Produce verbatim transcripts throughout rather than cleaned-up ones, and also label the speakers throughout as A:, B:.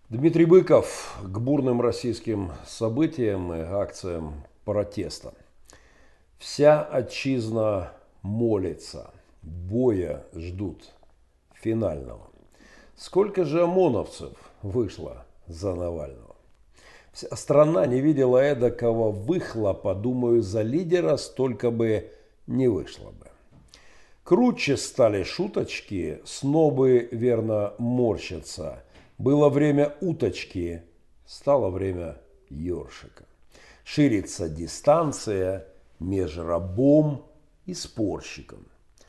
A: Дмитрий Быков к бурным российским событиям и акциям протеста. Вся отчизна молится, боя ждут финального. Сколько же ОМОНовцев вышло за Навального? Вся страна не видела эдакого выхлопа, думаю, за лидера столько бы не вышло бы. Круче стали шуточки, снобы верно морщатся. Было время уточки, стало время ёршика. Ширится дистанция между рабом и спорщиком.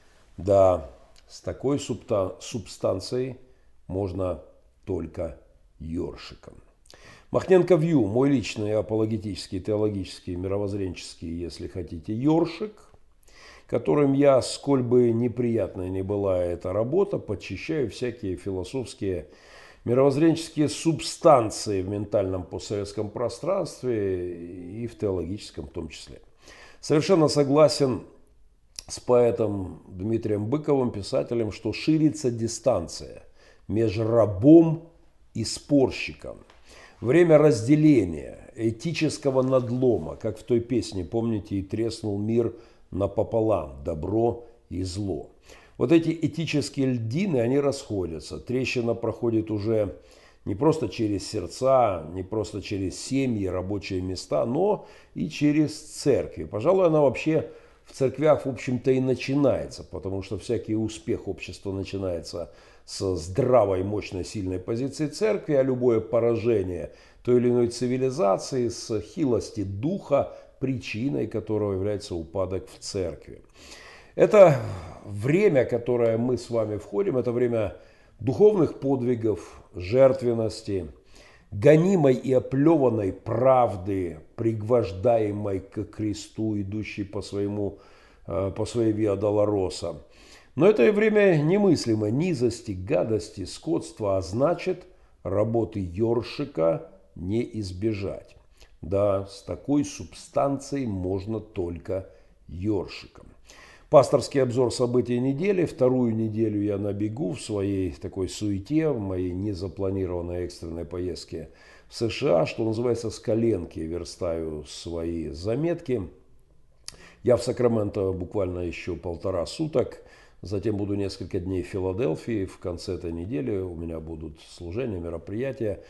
A: Да, с такой субстанцией можно только ёршиком. Махненко Вью, мой личный апологетический, теологический, мировоззренческий, если хотите, ёршик, которым я, сколь бы неприятной ни была эта работа, подчищаю всякие философские, мировоззренческие субстанции в ментальном постсоветском пространстве и в теологическом в том числе. Совершенно согласен с поэтом Дмитрием Быковым, писателем, что ширится дистанция между рабом и спорщиком. Время разделения, этического надлома, как в той песне, помните, «И треснул мир напополам, добро и зло». Вот эти этические льдины, они расходятся. Трещина проходит уже не просто через сердца, не просто через семьи, рабочие места, но и через церкви. Пожалуй, она вообще в церквях, в общем-то, и начинается, потому что всякий успех общества начинается с здравой, мощной, сильной позиции церкви, а любое поражение той или иной цивилизации с хилости духа, причиной которого является упадок в церкви. Это время, которое мы с вами входим, это время духовных подвигов, жертвенности, гонимой и оплеванной правды, пригвождаемой к кресту, идущей по, своему, по своей Виа Долороса. Но это и время немыслимой низости, гадости, скотства, а значит, работы ёршика не избежать. Да, с такой субстанцией можно только ёршиком. Пасторский обзор событий недели. Вторую неделю я на бегу в своей такой суете, в моей незапланированной экстренной поездке в США, что называется, с коленки верстаю свои заметки. Я в Сакраменто буквально еще полтора суток. Затем буду несколько дней в Филадельфии. В конце этой недели у меня будут служения, мероприятия,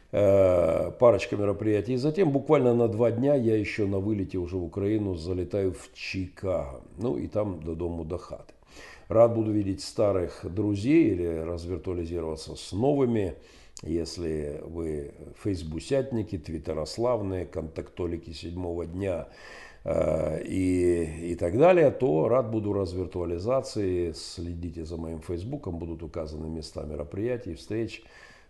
A: э, парочка мероприятий. И затем буквально на два дня я еще на вылете уже в Украину залетаю в Чикаго. Ну и там до дому, до хаты. Рад буду видеть старых друзей или развиртуализироваться с новыми. Если вы фейсбусятники, твиттерославные, контактолики седьмого дня и, и так далее, то рад буду развиртуализации. Следите за моим фейсбуком, будут указаны места мероприятий, встреч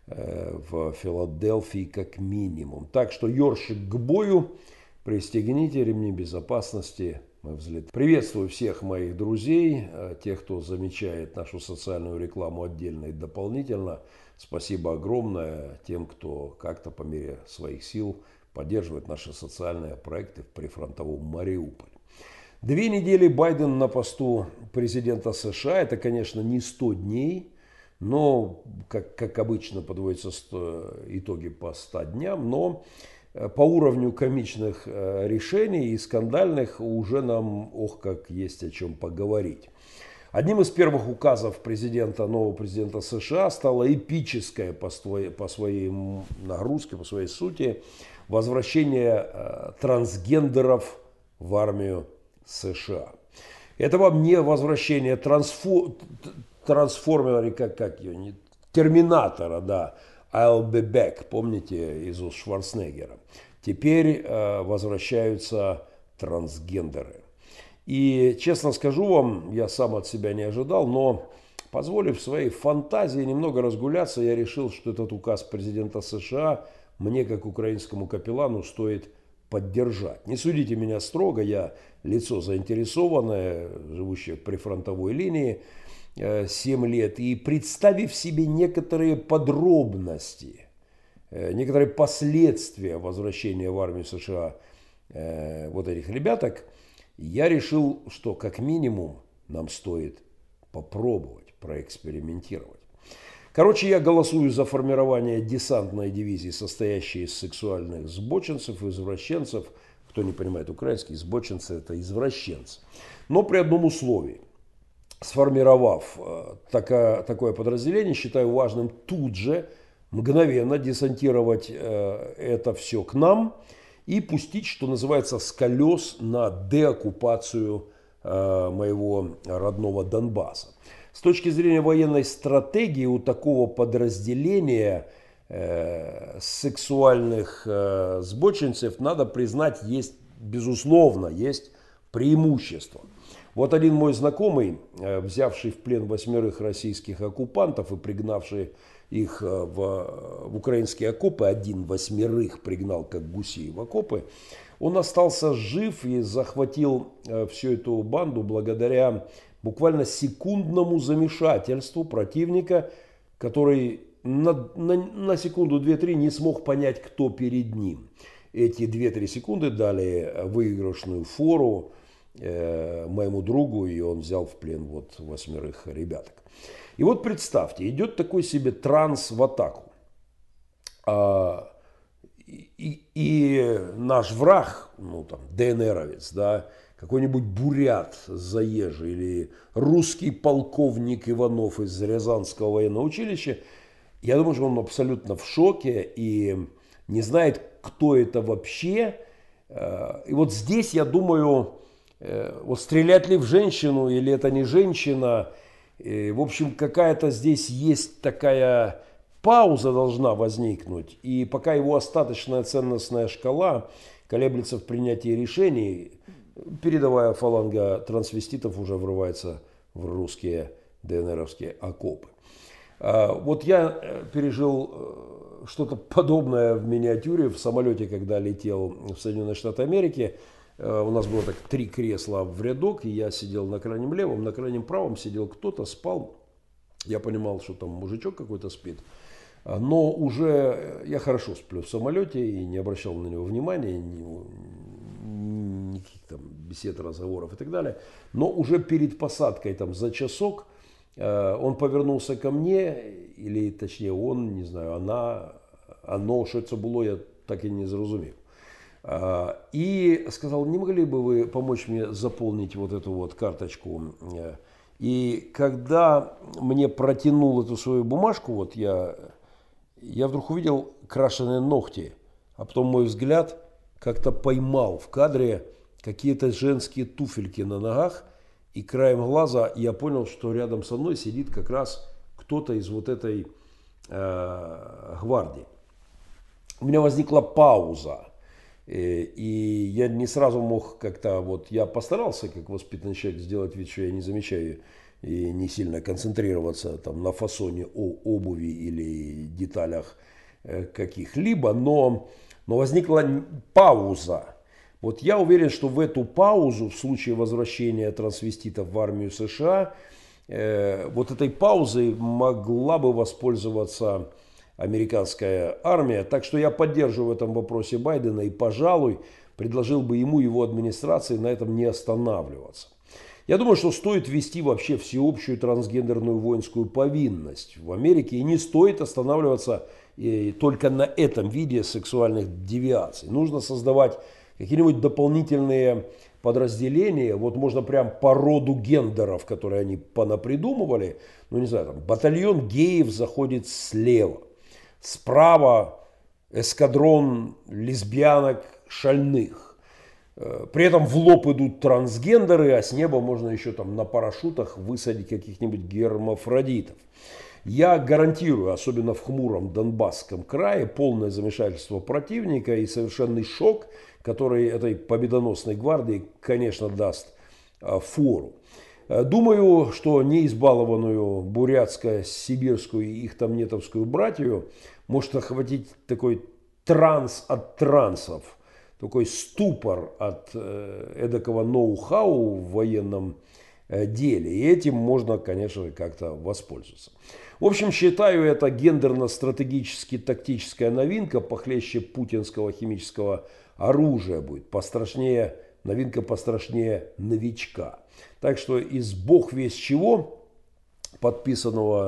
A: в Филадельфии как минимум. Так что ёршик к бою, пристегните ремни безопасности, мы взлетаем. Приветствую всех моих друзей, тех, кто замечает нашу социальную рекламу отдельно и дополнительно. Спасибо огромное тем, кто как-то по мере своих сил поддерживает наши социальные проекты в прифронтовом Мариуполе. Две недели Байден на посту президента США. Это, конечно, не сто дней, но, как, как обычно, подводятся итоги по ста дням. Но по уровню комичных решений и скандальных уже нам, ох, как есть о чем поговорить. Одним из первых указов президента, нового президента США стало эпическое по своей, по своей нагрузке, по своей сути, возвращение э, трансгендеров в армию США. Это вам не возвращение трансфо, трансформера, как, как ее, не, терминатора, да, I'll be back, помните, из уст Шварценеггера. Теперь э, возвращаются трансгендеры. И, честно скажу вам, я сам от себя не ожидал, но, позволив своей фантазии немного разгуляться, я решил, что этот указ президента США мне, как украинскому капеллану, стоит поддержать. Не судите меня строго, я лицо заинтересованное, живущее в прифронтовой линии семь лет, и представив себе некоторые подробности, некоторые последствия возвращения в армию США вот этих ребяток, я решил, что как минимум нам стоит попробовать, проэкспериментировать. Короче, я голосую за формирование десантной дивизии, состоящей из сексуальных сбочинцев и извращенцев. Кто не понимает украинский, сбочинцы – это извращенцы. Но при одном условии. Сформировав такое, такое подразделение, считаю важным тут же, мгновенно десантировать это все к нам и пустить, что называется, с колес на деоккупацию моего родного Донбасса. С точки зрения военной стратегии у такого подразделения э, сексуальных э, сбочинцев, надо признать, есть, безусловно, есть преимущество. Вот один мой знакомый, э, взявший в плен восьмерых российских оккупантов и пригнавший их в, в украинские окопы, один восьмерых пригнал как гусей в окопы, он остался жив и захватил э, всю эту банду благодаря буквально секундному замешательству противника, который на, на, на секунду, две-три не смог понять, кто перед ним. Эти две-три секунды дали выигрышную фору э, моему другу, и он взял в плен вот восьмерых ребяток. И вот представьте, идет такой себе транс в атаку. А, и, и наш враг, ну там, ДНРовец, да, какой-нибудь бурят заезжий или русский полковник Иванов из Рязанского военного училища, я думаю, что он абсолютно в шоке и не знает, кто это вообще. И вот здесь, я думаю, вот стрелять ли в женщину или это не женщина, в общем, какая-то здесь есть такая пауза должна возникнуть. И пока его остаточная ценностная шкала колеблется в принятии решений, передовая фаланга трансвеститов уже врывается в русские ДНРовские окопы. Вот я пережил что-то подобное в миниатюре в самолете, когда летел в Соединенные Штаты Америки. У нас было так три кресла в рядок, и я сидел на крайнем левом, на крайнем правом сидел кто-то, спал. Я понимал, что там мужичок какой-то спит. Но уже я хорошо сплю в самолете и не обращал на него внимания, никаких там бесед, разговоров и так далее. Но уже перед посадкой там за часок он повернулся ко мне, или точнее он, не знаю, она, оно, что это было, я так и не зрозумел. И сказал, не могли бы вы помочь мне заполнить вот эту вот карточку. И когда мне протянул эту свою бумажку, вот я, я вдруг увидел крашеные ногти, а потом мой взгляд как-то поймал в кадре какие-то женские туфельки на ногах, и краем глаза я понял, что рядом со мной сидит как раз кто-то из вот этой э, гвардии. У меня возникла пауза, и, и я не сразу мог как-то, вот я постарался, как воспитанный человек, сделать вид, что я не замечаю и не сильно концентрироваться там на фасоне обуви или деталях э, каких-либо, но, но возникла пауза. Вот я уверен, что в эту паузу, в случае возвращения трансвеститов в армию США, э, вот этой паузой могла бы воспользоваться американская армия. Так что я поддерживаю в этом вопросе Байдена и, пожалуй, предложил бы ему, его администрации на этом не останавливаться. Я думаю, что стоит ввести вообще всеобщую трансгендерную воинскую повинность в Америке, и не стоит останавливаться и только на этом виде сексуальных девиаций. Нужно создавать какие-нибудь дополнительные подразделения, вот можно прям по роду гендеров, которые они понапридумывали, ну не знаю, там батальон геев заходит слева, справа эскадрон лесбиянок шальных, при этом в лоб идут трансгендеры, а с неба можно еще там на парашютах высадить каких-нибудь гермафродитов. Я гарантирую, особенно в хмуром Донбасском крае, полное замешательство противника и совершенный шок, который этой победоносной гвардии, конечно, даст фору. Думаю, что неизбалованную бурятско-сибирскую и ихтамнетовскую братью может охватить такой транс от трансов, такой ступор от эдакого ноу-хау в военном деле. И этим можно, конечно, как-то воспользоваться. В общем, считаю, это гендерно-стратегически тактическая новинка, похлеще путинского химического оружия будет, пострашнее, новинка пострашнее новичка. Так что из бог весть чего, подписанного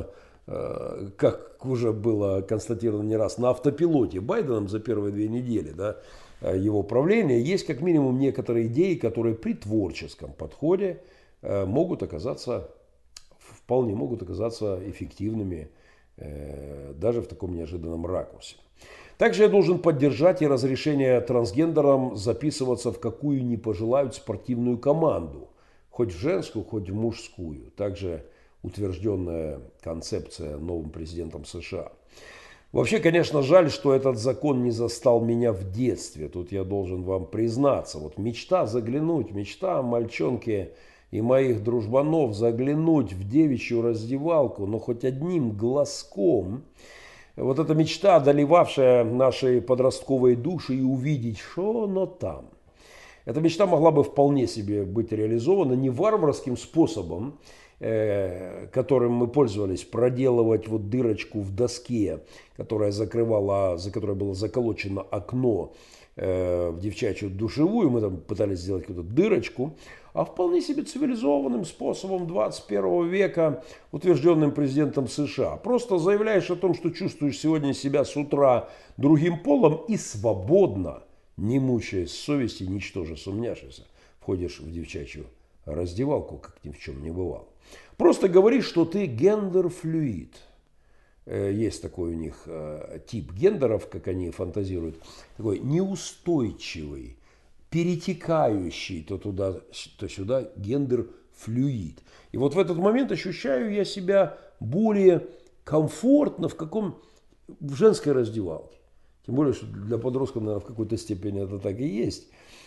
A: как уже было констатировано не раз, на автопилоте Байденом за первые две недели, да, его правления, есть как минимум некоторые идеи, которые при творческом подходе могут оказаться, вполне могут оказаться эффективными даже в таком неожиданном ракурсе. Также я должен поддержать и разрешение трансгендерам записываться в какую ни пожелают спортивную команду, хоть в женскую, хоть в мужскую. Также утвержденная концепция новым президентом США. Вообще, конечно, жаль, что этот закон не застал меня в детстве. Тут я должен вам признаться. Вот мечта заглянуть, мечта мальчонки и моих дружбанов заглянуть в девичью раздевалку, но хоть одним глазком. Вот эта мечта, одолевавшая наши подростковые души, и увидеть, что оно там. Эта мечта могла бы вполне себе быть реализована не варварским способом, которым мы пользовались, проделывать вот дырочку в доске, которая закрывала, за которой было заколочено окно в девчачью душевую. Мы там пытались сделать какую-то дырочку, а вполне себе цивилизованным способом двадцать первого века, утвержденным президентом США. Просто заявляешь о том, что чувствуешь сегодня себя с утра другим полом и свободно, не мучаясь совести, ничтоже сумняшися, входишь в девчачью раздевалку, как ни в чем не бывало. Просто говоришь, что ты гендер-флюид. Есть такой у них тип гендеров, как они фантазируют, такой неустойчивый, перетекающий то туда, то сюда гендер-флюид. И вот в этот момент ощущаю я себя более комфортно в каком в женской раздевалке. Тем более, что для подростков, наверное, в какой-то степени это так и есть.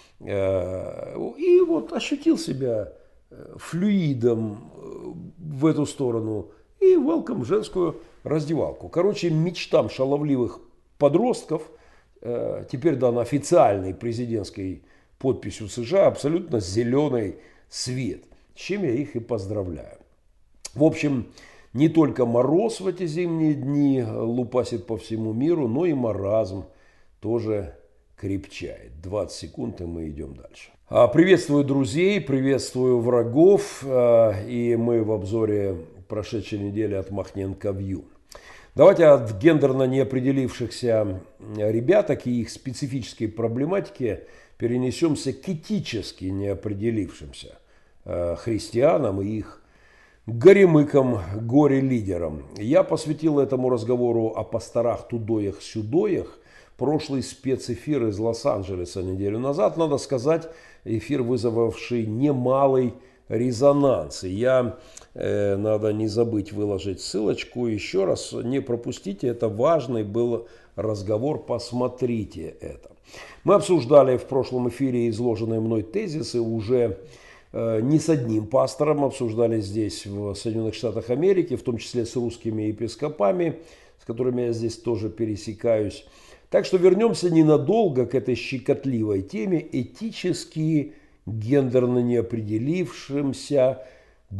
A: И вот ощутил себя флюидом в эту сторону и welcome в женскую раздевалку. Короче, мечтам шаловливых подростков теперь дан официальной президентской подписью США абсолютно зеленый свет, с чем я их и поздравляю. В общем, не только мороз в эти зимние дни лупасит по всему миру, но и маразм тоже крепчает. двадцать секунд, и мы идем дальше. Приветствую друзей, приветствую врагов, и мы в обзоре прошедшей недели от Махненко Вью. Давайте от гендерно неопределившихся ребяток и их специфической проблематики перенесемся к этически неопределившимся христианам и их горемыкам, горе-лидерам. Я посвятил этому разговору о пасторах Тудоях-Сюдоях прошлый спецэфир из Лос-Анджелеса неделю назад. Надо сказать, эфир, вызвавший немалый резонанс. И я, э, надо не забыть выложить ссылочку еще раз, не пропустите, это важный был разговор, посмотрите это. Мы обсуждали в прошлом эфире изложенные мной тезисы уже э, не с одним пастором, обсуждали здесь в Соединенных Штатах Америки, в том числе с русскими епископами, с которыми я здесь тоже пересекаюсь. Так что вернемся ненадолго к этой щекотливой теме этически гендерно неопределившимся, к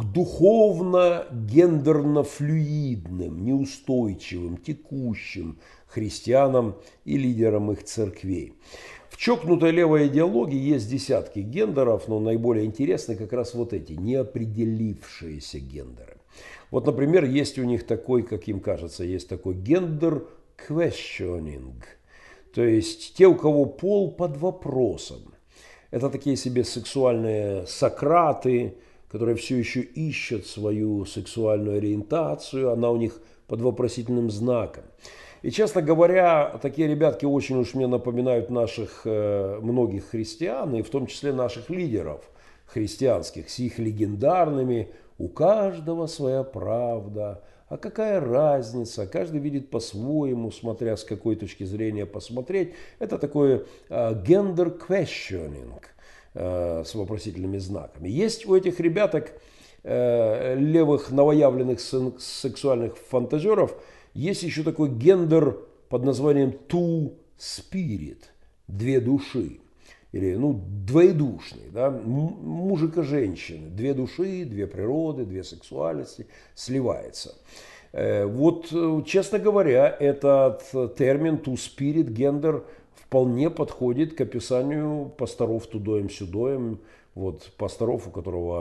A: духовно-гендерно-флюидным, неустойчивым, текущим христианам и лидерам их церквей. В чокнутой левой идеологии есть десятки гендеров, но наиболее интересны как раз вот эти неопределившиеся гендеры. Вот, например, есть у них такой, как им кажется, есть такой гендер questioning, то есть те, у кого пол под вопросом. Это такие себе сексуальные сократы, которые все еще ищут свою сексуальную ориентацию, она у них под вопросительным знаком. И, честно говоря, такие ребятки очень уж мне напоминают наших э, многих христиан, и в том числе наших лидеров христианских, с их легендарными «у каждого своя правда», а какая разница, каждый видит по-своему, смотря с какой точки зрения посмотреть. Это такое гендер uh, questioning uh, с вопросительными знаками. Есть у этих ребяток, uh, левых новоявленных сексуальных фантазеров, есть еще такой гендер под названием two spirit, две души. Или, ну, двоедушный, да, мужик и женщины, две души, две природы, две сексуальности, сливается. Вот, честно говоря, этот термин two spirit, гендер, вполне подходит к описанию пасторов Тудоем-Сюдоем, вот, пасторов, у которого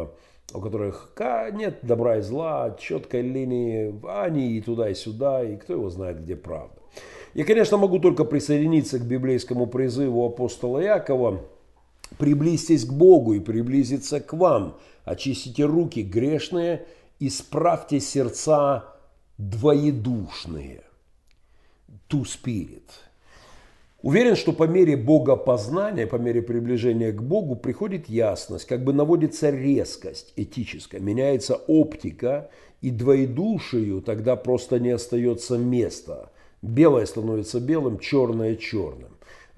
A: у которых нет добра и зла, четкой линии, они и туда, и сюда, и кто его знает, где правда. Я, конечно, могу только присоединиться к библейскому призыву апостола Иакова: «Приблизьтесь к Богу и приблизиться к вам, очистите руки грешные, исправьте сердца двоедушные». Two Spirit. Уверен, что по мере богопознания, по мере приближения к Богу приходит ясность, как бы наводится резкость этическая, меняется оптика, и двоедушию тогда просто не остается места. Белое становится белым, черное черным.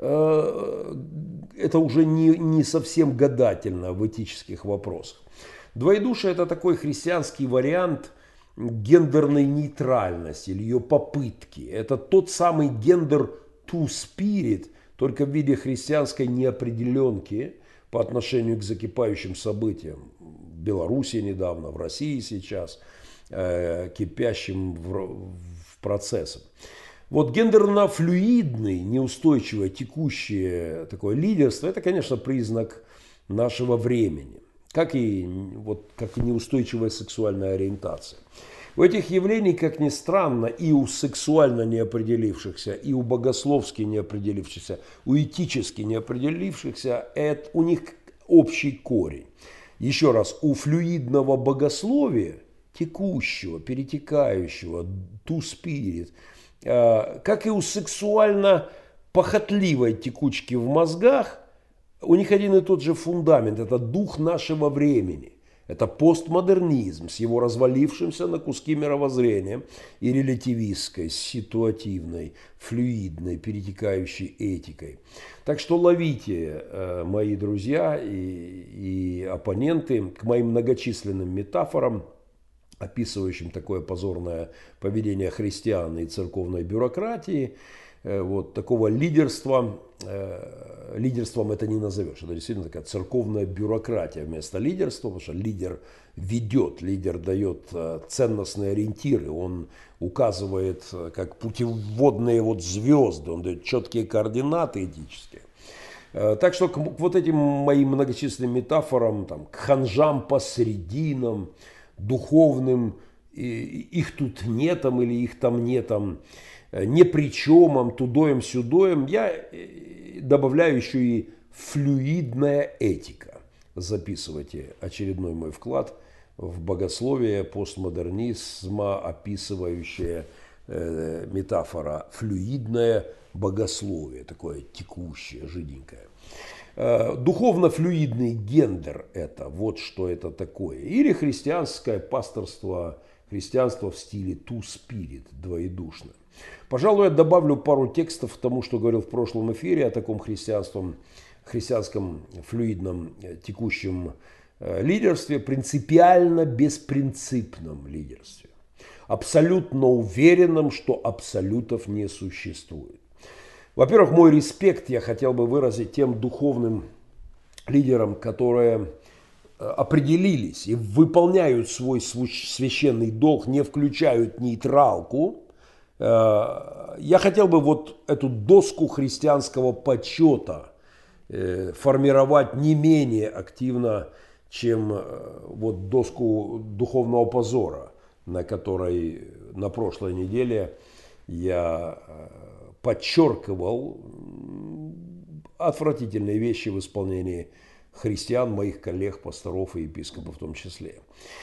A: Это уже не, не совсем гадательно в этических вопросах. Двоедушие – это такой христианский вариант гендерной нейтральности или ее попытки. Это тот самый гендер Two Spirit, только в виде христианской неопределенки по отношению к закипающим событиям в Беларуси недавно, в России сейчас, э, кипящим в, в процессах. Вот гендерно-флюидный, неустойчивое, текущее такое лидерство – это, конечно, признак нашего времени, как и, вот, как и неустойчивая сексуальная ориентация. У этих явлений, как ни странно, и у сексуально неопределившихся, и у богословски неопределившихся, у этически неопределившихся, это, у них общий корень. Еще раз, у флюидного богословия, текущего, перетекающего, Two Spirit, как и у сексуально похотливой текучки в мозгах, у них один и тот же фундамент – это дух нашего времени. Это постмодернизм с его развалившимся на куски мировоззрением и релятивистской, ситуативной, флюидной, перетекающей этикой. Так что ловите, мои друзья и, и оппоненты, к моим многочисленным метафорам, описывающим такое позорное поведение христиан и церковной бюрократии, вот такого лидерства. Лидерством это не назовешь. Это действительно такая церковная бюрократия вместо лидерства, потому что лидер ведет, лидер дает ценностные ориентиры, он указывает как путеводные вот звезды, он дает четкие координаты этические. Так что к вот этим моим многочисленным метафорам, там, к ханжам посрединам, духовным, их тут нетом или их там нетом, непричемом, тудоем-сюдоем, я добавляю еще и флюидная этика. Записывайте очередной мой вклад в богословие постмодернизма, описывающая э, метафора флюидное богословие, такое текущее, жиденькое. Э, духовно-флюидный гендер – это вот что это такое. Или христианское пасторство, христианство в стиле Two Spirit, двоедушное. Пожалуй, я добавлю пару текстов к тому, что говорил в прошлом эфире о таком христианском, христианском флюидном текущем лидерстве, принципиально беспринципном лидерстве. Абсолютно уверенном, что абсолютов не существует. Во-первых, мой респект я хотел бы выразить тем духовным лидерам, которые определились и выполняют свой священный долг, не включают нейтралку. Я хотел бы вот эту доску христианского почета формировать не менее активно, чем вот доску духовного позора, на которой на прошлой неделе я подчеркивал отвратительные вещи в исполнении христиан, моих коллег, пасторов и епископов в том числе.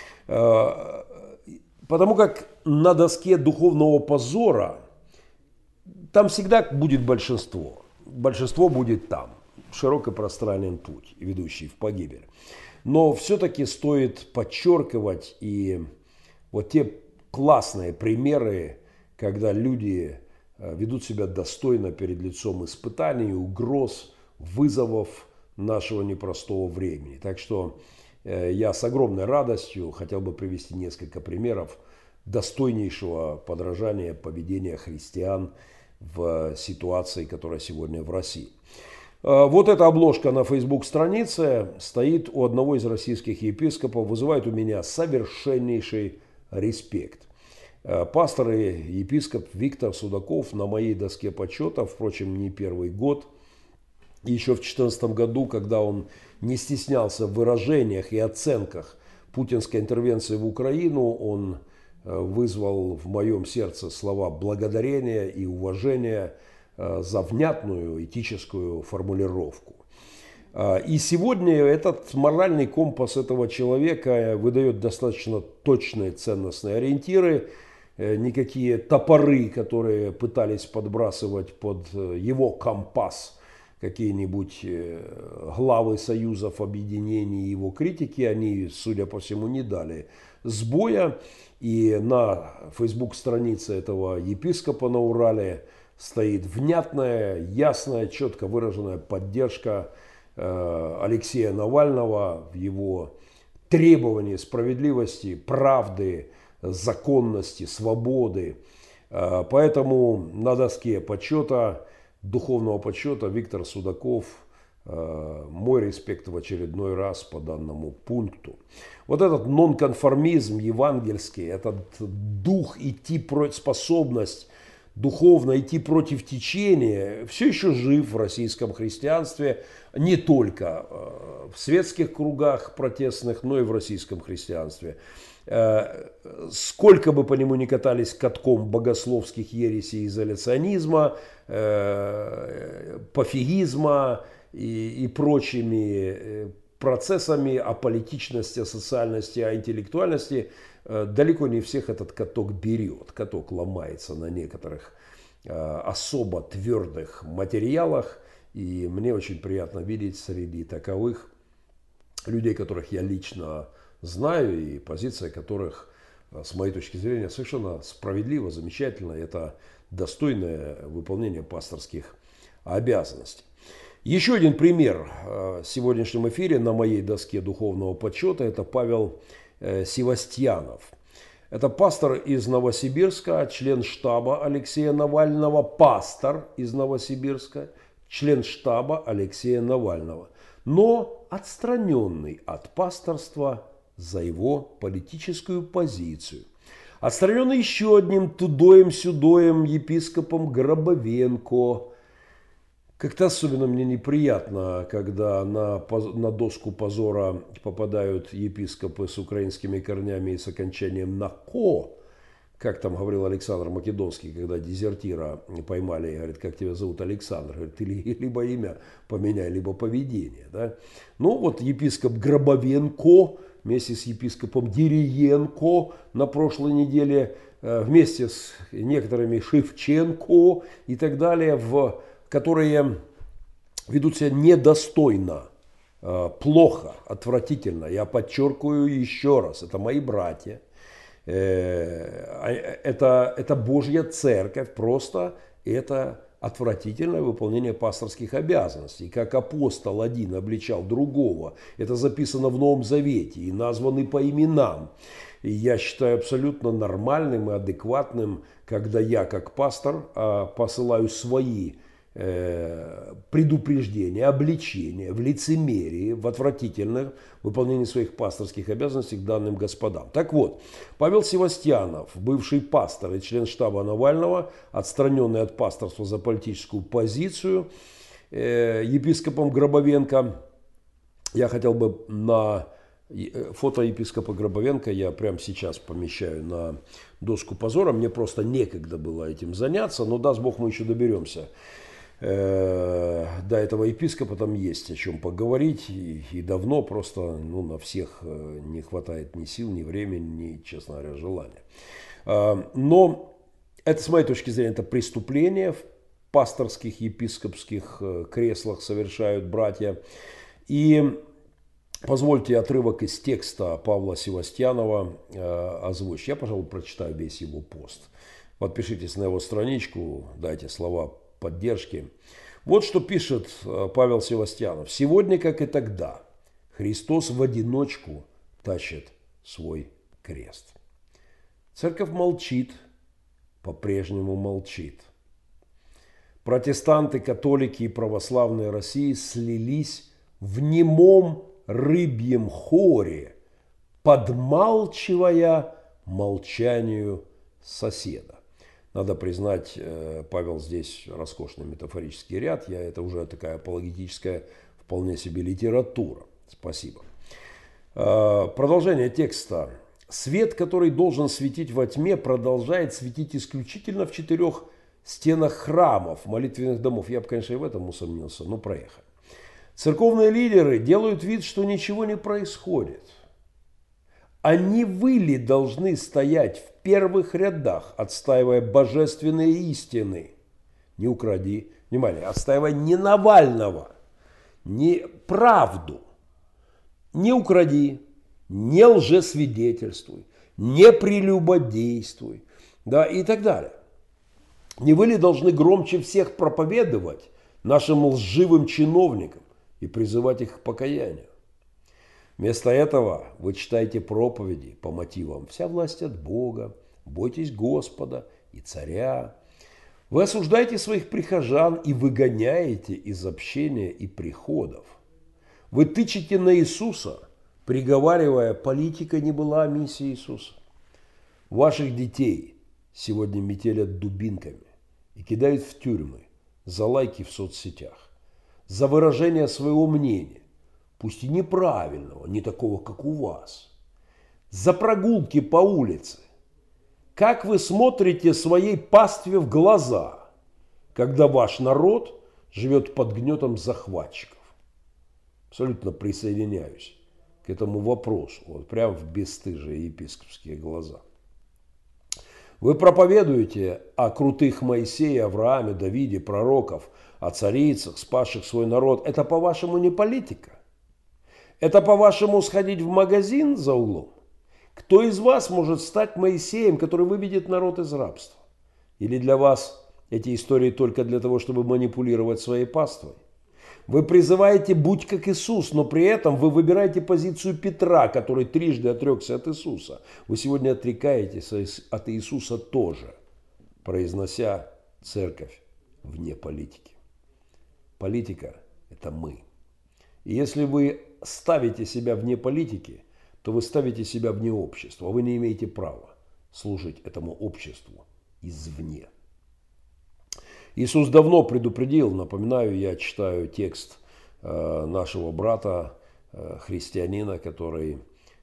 A: Потому как на доске духовного позора там всегда будет большинство. Большинство будет там. Широкопространен путь, ведущий в погибель. Но все-таки стоит подчеркивать и вот те классные примеры, когда люди ведут себя достойно перед лицом испытаний, угроз, вызовов нашего непростого времени. Так что я с огромной радостью хотел бы привести несколько примеров достойнейшего подражания поведения христиан в ситуации, которая сегодня в России. Вот эта обложка на Facebook-странице стоит у одного из российских епископов, вызывает у меня совершеннейший респект. Пастор и епископ Виктор Судаков на моей доске почета, впрочем, не первый год. Еще в две тысячи четырнадцатом году, когда он не стеснялся в выражениях и оценках путинской интервенции в Украину он вызвал в моем сердце слова благодарения и уважения за внятную этическую формулировку. И сегодня этот моральный компас этого человека выдает достаточно точные ценностные ориентиры. Никакие топоры, которые пытались подбрасывать под его компас какие-нибудь главы союзов, объединений, его критики, они, судя по всему, не дали сбоя. И на фейсбук-странице этого епископа на Урале стоит внятная, ясная, четко выраженная поддержка Алексея Навального в его требовании справедливости, правды, законности, свободы. Поэтому на доске почета, духовного почета Виктор Судаков, мой респект в очередной раз по данному пункту. Вот этот нонконформизм евангельский, этот дух идти против, способность духовно идти против течения, все еще жив в российском христианстве, не только в светских кругах протестных, но и в российском христианстве. Сколько бы по нему ни катались катком богословских ересей, изоляционизма, пофигизма и, и прочими процессами о политичности, о социальности, о интеллектуальности, далеко не всех этот каток берет. Каток ломается на некоторых особо твердых материалах. И мне очень приятно видеть среди таковых людей, которых я лично знаю, и позиция которых, с моей точки зрения, совершенно справедлива, замечательна. Это достойное выполнение пасторских обязанностей. Еще один пример в сегодняшнем эфире на моей доске духовного почета – это Павел Севастьянов. Это пастор из Новосибирска, член штаба Алексея Навального, пастор из Новосибирска, член штаба Алексея Навального, но отстраненный от пасторства за его политическую позицию. Отстраненный еще одним тудоем-сюдоем епископом Гробовенко. Как-то особенно мне неприятно, когда на, на доску позора попадают епископы с украинскими корнями и с окончанием на «ко», как там говорил Александр Македонский, когда дезертира поймали, и говорит, как тебя зовут, Александр? Говорит, ты либо имя поменяй, либо поведение. Да? Ну вот епископ Гробовенко вместе с епископом Дериенко на прошлой неделе, вместе с некоторыми Шевченко и так далее, в, которые ведут себя недостойно, плохо, отвратительно. Я подчеркиваю еще раз, это мои братья. Это, это Божья церковь, просто это отвратительное выполнение пасторских обязанностей. Как апостол один обличал другого, это записано в Новом Завете и названы по именам. И я считаю абсолютно нормальным и адекватным, когда я как пастор посылаю свои предупреждения, обличения в лицемерии, в отвратительном выполнении своих пасторских обязанностей к данным господам. Так вот, Павел Севастьянов, бывший пастор и член штаба Навального, отстраненный от пасторства за политическую позицию, епископом Гробовенко, я хотел бы на фото епископа Гробовенко я прямо сейчас помещаю на доску позора, мне просто некогда было этим заняться, но даст Бог мы еще доберемся до этого епископа, там есть о чем поговорить, и, и давно просто ну, на всех не хватает ни сил, ни времени, ни, честно говоря, желания. Но это, с моей точки зрения, это преступление. В пасторских, епископских креслах совершают братья. И позвольте отрывок из текста Павла Севастьянова озвучить. Я, пожалуй, прочитаю весь его пост. Подпишитесь на его страничку, дайте слова поддержки. Вот что пишет Павел Севастьянов. «Сегодня, как и тогда, Христос в одиночку тащит свой крест. Церковь молчит, по-прежнему молчит. Протестанты, католики и православные России слились в немом рыбьем хоре, подмалчивая молчанию соседа». Надо признать, Павел здесь роскошный метафорический ряд. Я, это уже такая апологетическая вполне себе литература. Спасибо. Продолжение текста. Свет, который должен светить во тьме, продолжает светить исключительно в четырех стенах храмов, молитвенных домов. Я бы, конечно, и в этом усомнился, но проехали. Церковные лидеры делают вид, что ничего не происходит. Они вы ли должны стоять в первых рядах, отстаивая божественные истины? Не укради. Внимание, отстаивая не Навального, не правду. Не укради, не лжесвидетельствуй, не прелюбодействуй, да, и так далее. Не вы ли должны громче всех проповедовать нашим лживым чиновникам и призывать их к покаянию? Вместо этого вы читаете проповеди по мотивам «Вся власть от Бога», «Бойтесь Господа и Царя». Вы осуждаете своих прихожан и выгоняете из общения и приходов. Вы тычете на Иисуса, приговаривая, политика не была миссией Иисуса. Ваших детей сегодня метелят дубинками и кидают в тюрьмы за лайки в соцсетях, за выражение своего мнения, пусть и неправильного, не такого, как у вас, за прогулки по улице. Как вы смотрите своей пастве в глаза, когда ваш народ живет под гнетом захватчиков? Абсолютно присоединяюсь к этому вопросу, вот прям в бесстыжие епископские глаза. Вы проповедуете о крутых Моисее, Аврааме, Давиде, пророков, о царицах, спасших свой народ. Это, по-вашему, не политика? Это, по-вашему, сходить в магазин за углом? Кто из вас может стать Моисеем, который выведет народ из рабства? Или для вас эти истории только для того, чтобы манипулировать своей паствой? Вы призываете «будь как Иисус», но при этом вы выбираете позицию Петра, который трижды отрекся от Иисуса. Вы сегодня отрекаетесь от Иисуса тоже, произнося церковь вне политики. Политика – это мы. И если вы ставите себя вне политики, то вы ставите себя вне общества. Вы не имеете права служить этому обществу извне. Иисус давно предупредил, напоминаю, я читаю текст э, нашего брата, э, христианина, который,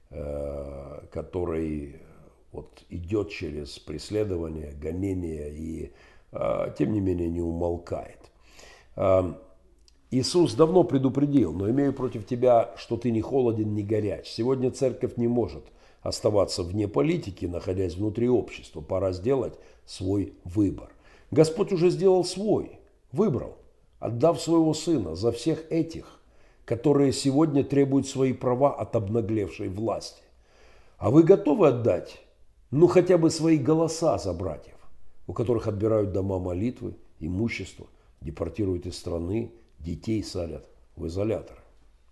A: э, который вот, идет через преследование, гонение и, э, тем не менее, не умолкает. Э, Иисус давно предупредил, но имею против тебя, что ты не холоден, не горяч. Сегодня церковь не может оставаться вне политики, находясь внутри общества. Пора сделать свой выбор. Господь уже сделал свой, выбрал, отдав своего Сына за всех этих, которые сегодня требуют свои права от обнаглевшей власти. А вы готовы отдать, ну хотя бы свои голоса за братьев, у которых отбирают дома молитвы, имущество, депортируют из страны, детей садят в изоляторы?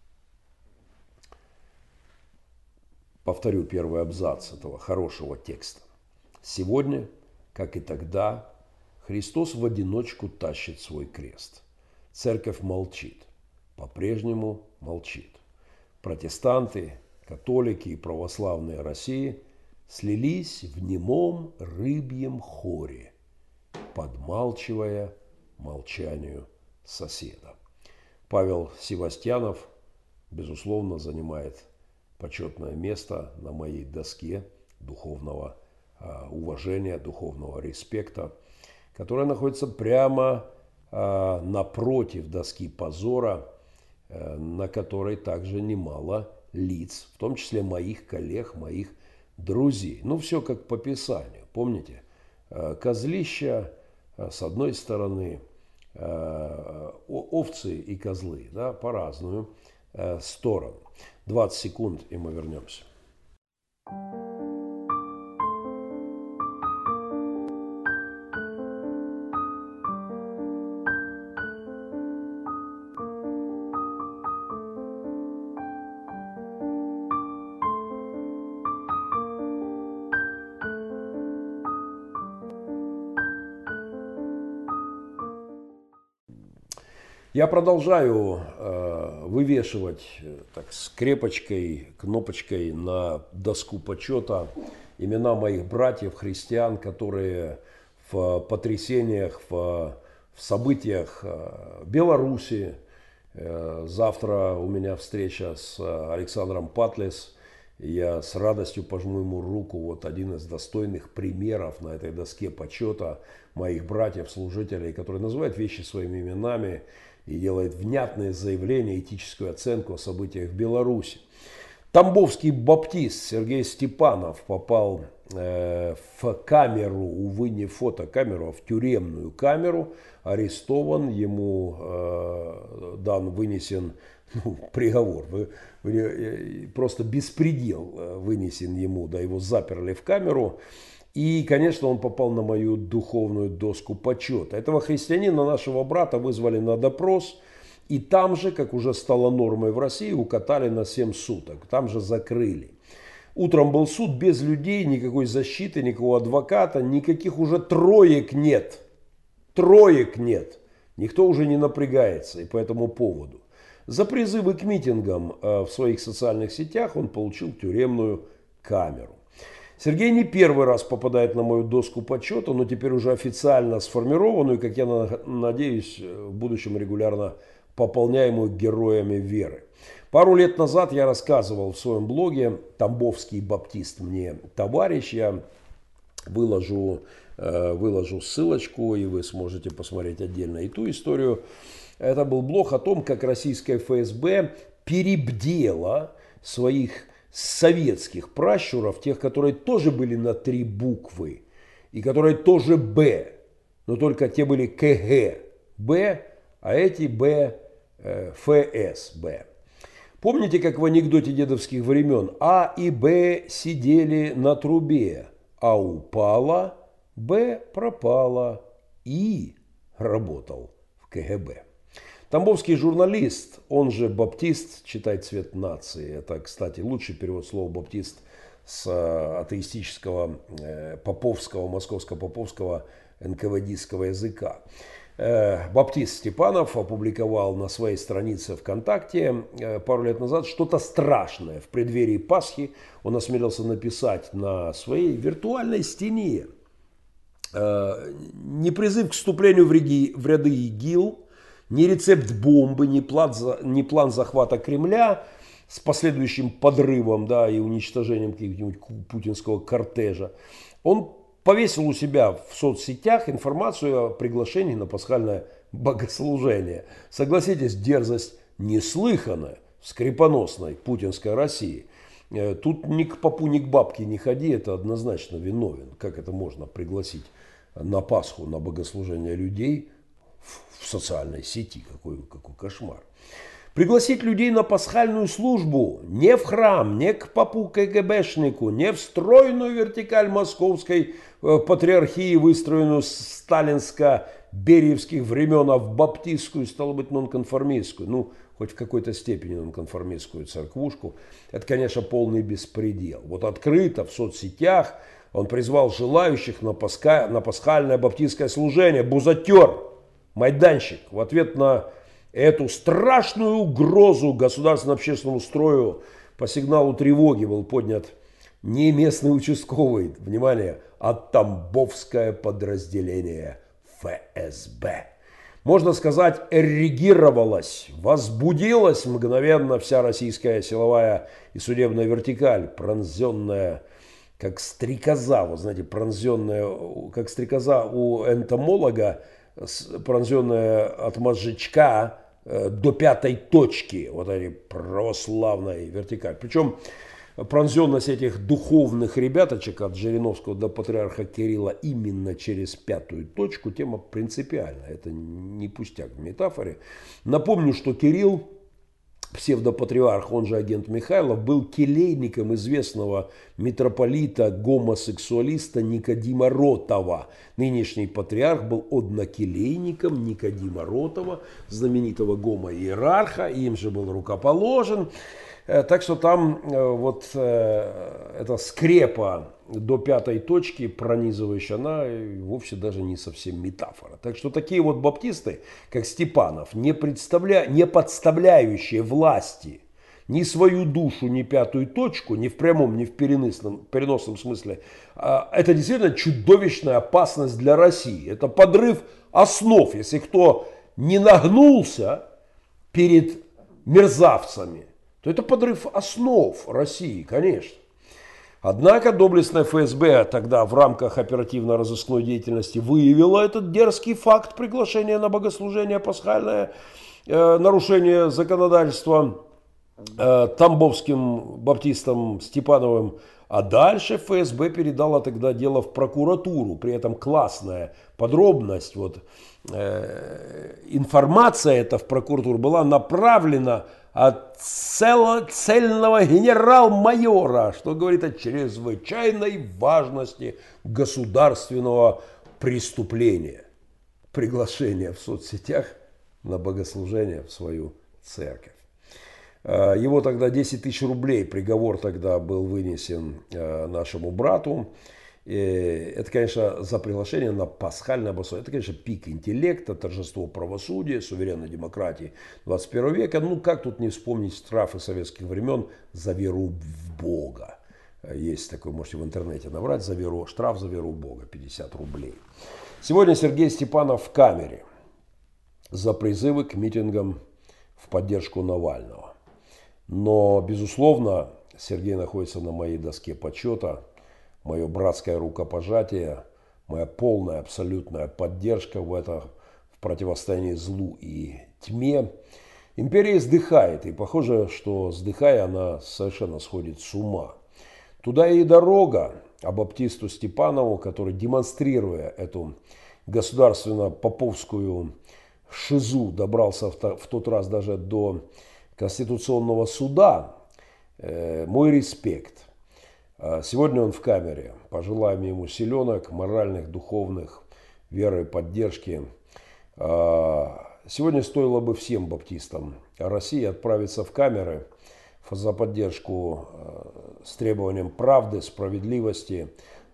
A: Повторю первый абзац этого хорошего текста. Сегодня, как и тогда, Христос в одиночку тащит свой крест. Церковь молчит, по-прежнему молчит. Протестанты, католики и православные России слились в немом рыбьем хоре, подмалчивая молчанию соседа. Павел Севастьянов, безусловно, занимает почетное место на моей доске духовного уважения, духовного респекта, которая находится прямо э, напротив доски позора, э, на которой также немало лиц, в том числе моих коллег, моих друзей. Ну, все как по Писанию. Помните, э, козлища э, с одной стороны, э, овцы и козлы, да, по разную э, сторону. двадцать секунд, и мы вернемся. Я продолжаю э, вывешивать э, так, скрепочкой, кнопочкой на доску почета имена моих братьев, христиан, которые в потрясениях, в, в событиях э, Беларуси, Завтра у меня встреча с Александром Патлис. Я с радостью пожму ему руку. Вот один из достойных примеров на этой доске почета моих братьев-служителей, который называет вещи своими именами и делает внятные заявления, этическую оценку о событиях в Беларуси. Тамбовский баптист Сергей Степанов попал э, в камеру, увы, не фотокамеру, а в тюремную камеру, арестован, ему э, дан, вынесен ну, приговор, вы, вы, просто беспредел вынесен ему, да, его заперли в камеру. И, конечно, он попал на мою духовную доску почета. Этого христианина, нашего брата, вызвали на допрос. И там же, как уже стало нормой в России, укатали на семь суток. Там же закрыли. Утром был суд без людей, никакой защиты, никакого адвоката, никаких уже троек нет. Троек нет. Никто уже не напрягается и по этому поводу. За призывы к митингам в своих социальных сетях он получил тюремную камеру. Сергей не первый раз попадает на мою доску почета, но теперь уже официально сформированную, как я надеюсь, в будущем регулярно пополняемую героями веры. Пару лет назад я рассказывал в своем блоге «Тамбовский баптист мне товарищ». Я выложу, выложу ссылочку, и вы сможете посмотреть отдельно и ту историю. Это был блог о том, как российское эф эс бэ перебдело своих советских пращуров, тех, которые тоже были на три буквы, и которые тоже «Б», но только те были ка гэ бэ, а эти «Б», эф эс бэ. Помните, как в анекдоте дедовских времен А и Б сидели на трубе, А упала, Б пропала, И работал в ка гэ бэ. Тамбовский журналист, он же баптист, читай «Цвет нации». Это, кстати, лучший перевод слова «баптист» с атеистического, поповского, московско-поповского эн ка вэ дистского языка. Баптист Степанов опубликовал на своей странице ВКонтакте пару лет назад что-то страшное. В преддверии Пасхи он осмелился написать на своей виртуальной стене не призыв к вступлению в ряды ИГИЛ, ни рецепт бомбы, ни план, ни план захвата Кремля с последующим подрывом, да, и уничтожением каких-нибудь путинского кортежа. Он повесил у себя в соцсетях информацию о приглашении на пасхальное богослужение. Согласитесь, дерзость неслыханная в скрипоносной путинской России. Тут ни к попу, ни к бабке не ходи, это однозначно виновен. Как это можно пригласить на Пасху, на богослужение людей в социальной сети? Какой, какой кошмар. Пригласить людей на пасхальную службу не в храм, не к попу ка гэ бэшнику, не в стройную вертикаль московской патриархии, выстроенную с сталинско-бериевских времен, а в баптистскую, стало быть, нонконформистскую, ну, хоть в какой-то степени нонконформистскую церквушку. Это, конечно, полный беспредел. Вот открыто в соцсетях он призвал желающих на, пасха, на пасхальное баптистское служение. Бузатер, майданщик, в ответ на эту страшную угрозу государственно-общественному строю по сигналу тревоги был поднят не местный участковый, внимание, а тамбовское подразделение эф эс бэ. Можно сказать, эрегировалась, возбудилась мгновенно вся российская силовая и судебная вертикаль, пронзенная как стрекоза, вы знаете, пронзенная как стрекоза у энтомолога, пронзенная от мозжечка до пятой точки, вот этой православной вертикаль. Причем пронзенность этих духовных ребяточек от Жириновского до патриарха Кирилла именно через пятую точку, тема принципиальная. Это не пустяк в метафоре. Напомню, что Кирилл, псевдопатриарх, он же агент Михайлов, был келейником известного митрополита-гомосексуалиста Никодима Ротова. Нынешний патриарх был однокелейником Никодима Ротова, знаменитого гомо-иерарха, им же был рукоположен. Так что там вот эта скрепа до пятой точки пронизывающая, она вовсе даже не совсем метафора. Так что такие вот баптисты, как Степанов, не, представля... не подставляющие власти ни свою душу, ни пятую точку, ни в прямом, ни в переносном, переносном смысле, это действительно чудовищная опасность для России. Это подрыв основ. Если кто не нагнулся, перед мерзавцами, то это подрыв основ России, конечно. Однако доблестная эф эс бэ тогда в рамках оперативно-розыскной деятельности выявила этот дерзкий факт приглашения на богослужение пасхальное, э, нарушение законодательства э, тамбовским баптистом Степановым. А дальше эф эс бэ передала тогда дело в прокуратуру. При этом классная подробность, вот, э, информация эта в прокуратуру была направлена от цело, цельного генерал-майора, что говорит о чрезвычайной важности государственного преступления. Приглашение в соцсетях на богослужение в свою церковь. Его тогда десять тысяч рублей, приговор тогда был вынесен нашему брату. Это, конечно, за приглашение на пасхальное богослужение. Это, конечно, пик интеллекта, торжество правосудия, суверенной демократии двадцать первого века. Ну, как тут не вспомнить штрафы советских времен за веру в Бога. Есть такой, можете в интернете набрать, за веру, штраф за веру в Бога, пятьдесят рублей. Сегодня Сергей Степанов в камере за призывы к митингам в поддержку Навального. Но, безусловно, Сергей находится на моей доске почета. Мое братское рукопожатие, моя полная, абсолютная поддержка в это, в противостоянии злу и тьме. Империя сдыхает, и похоже, что сдыхая, она совершенно сходит с ума. Туда и дорога, а баптисту Степанову, который, демонстрируя эту государственно-поповскую шизу, добрался в тот раз даже до Конституционного суда, мой респект. Сегодня он в камере. Пожелаем ему силенок, моральных, духовных, веры, поддержки. Сегодня стоило бы всем баптистам России отправиться в камеры за поддержку с требованием правды, справедливости,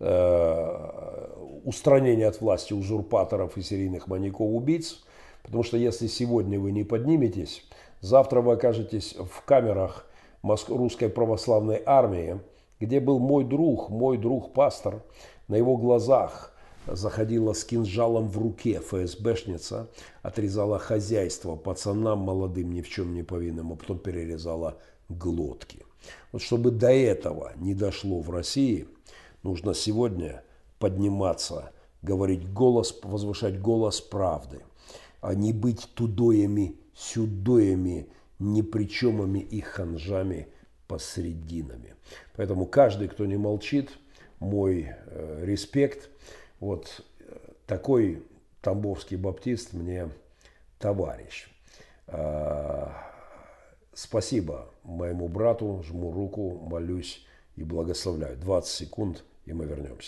A: устранения от власти узурпаторов и серийных маньяков-убийц. Потому что если сегодня вы не подниметесь, завтра вы окажетесь в камерах русской православной армии, где был мой друг, мой друг-пастор. На его глазах заходила с кинжалом в руке эф эс бэшница, отрезала хозяйство пацанам молодым, ни в чем не повинным, а потом перерезала глотки. Вот чтобы до этого не дошло в России, нужно сегодня подниматься, говорить голос, возвышать голос правды, а не быть тудоями, сюдоями, непричемыми и ханжами посрединами. Поэтому каждый, кто не молчит, мой э, респект. Вот такой тамбовский баптист мне товарищ. Э, спасибо моему брату, жму руку, молюсь и благословляю. двадцать секунд, и мы вернемся.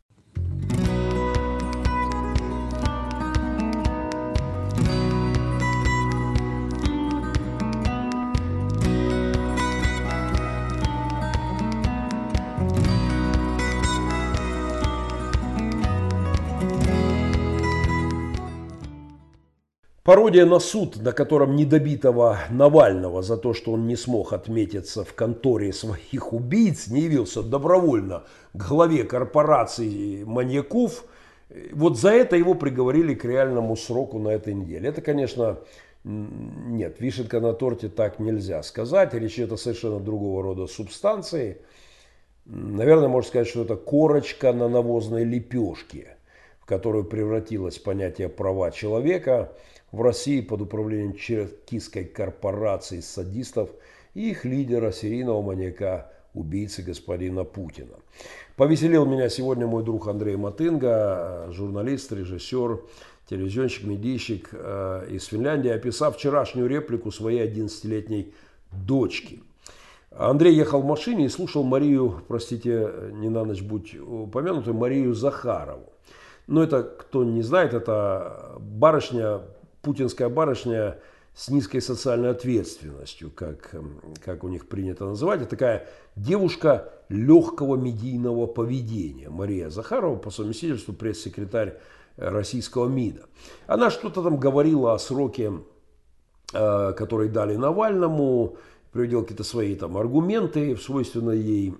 A: Пародия на суд, на котором недобитого Навального за то, что он не смог отметиться в конторе своих убийц, не явился добровольно к главе корпорации маньяков, вот за это его приговорили к реальному сроку на этой неделе. Это, конечно, нет, вишенка на торте, так нельзя сказать. Речь идет о совершенно другого рода субстанции. Наверное, можно сказать, что это корочка на навозной лепешке, в которую превратилось понятие права человека в России под управлением чекистской корпорации садистов и их лидера, серийного маньяка, убийцы господина Путина. Повеселил меня сегодня мой друг Андрей Матынга, журналист, режиссер, телевизионщик, медийщик из Финляндии, описав вчерашнюю реплику своей одиннадцатилетней дочки. Андрей ехал в машине и слушал Марию, простите, не на ночь будь упомянутой, Марию Захарову. Но это, кто не знает, это барышня, путинская барышня с низкой социальной ответственностью, как, как у них принято называть. Это такая девушка легкого медийного поведения. Мария Захарова, по совместительству пресс-секретарь российского МИДа. Она что-то там говорила о сроке, который дали Навальному, приводила какие-то свои там аргументы в свойственной ей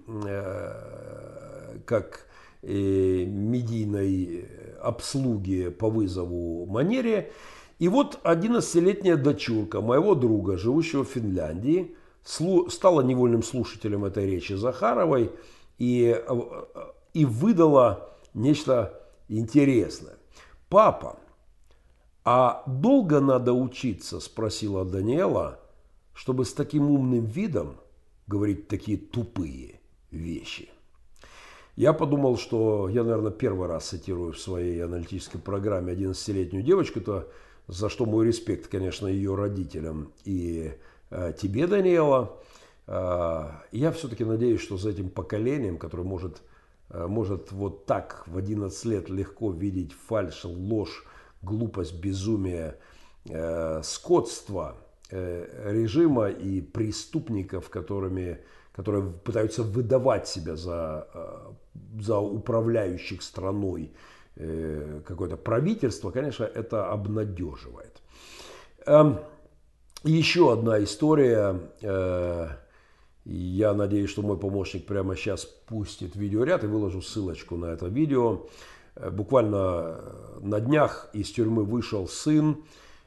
A: как медийной обслуги по вызову манере. И вот одиннадцатилетняя дочурка моего друга, живущего в Финляндии, стала невольным слушателем этой речи Захаровой и, и выдала нечто интересное. «Папа, а долго надо учиться?» – спросила Даниэла, чтобы с таким умным видом говорить такие тупые вещи. Я подумал, что я, наверное, первый раз цитирую в своей аналитической программе одиннадцатилетнюю девочку, то за что мой респект, конечно, ее родителям и э, тебе, Даниэла. Э, я все-таки надеюсь, что за этим поколением, которое может, э, может вот так в одиннадцать лет легко видеть фальшь, ложь, глупость, безумие, э, скотство э, режима и преступников, которыми, которые пытаются выдавать себя за, э, за управляющих страной э, какое-то правительство, конечно, это обнадеживает. Э, еще одна история. Э, я надеюсь, что мой помощник прямо сейчас пустит видеоряд и выложу ссылочку на это видео. Буквально на днях из тюрьмы вышел сын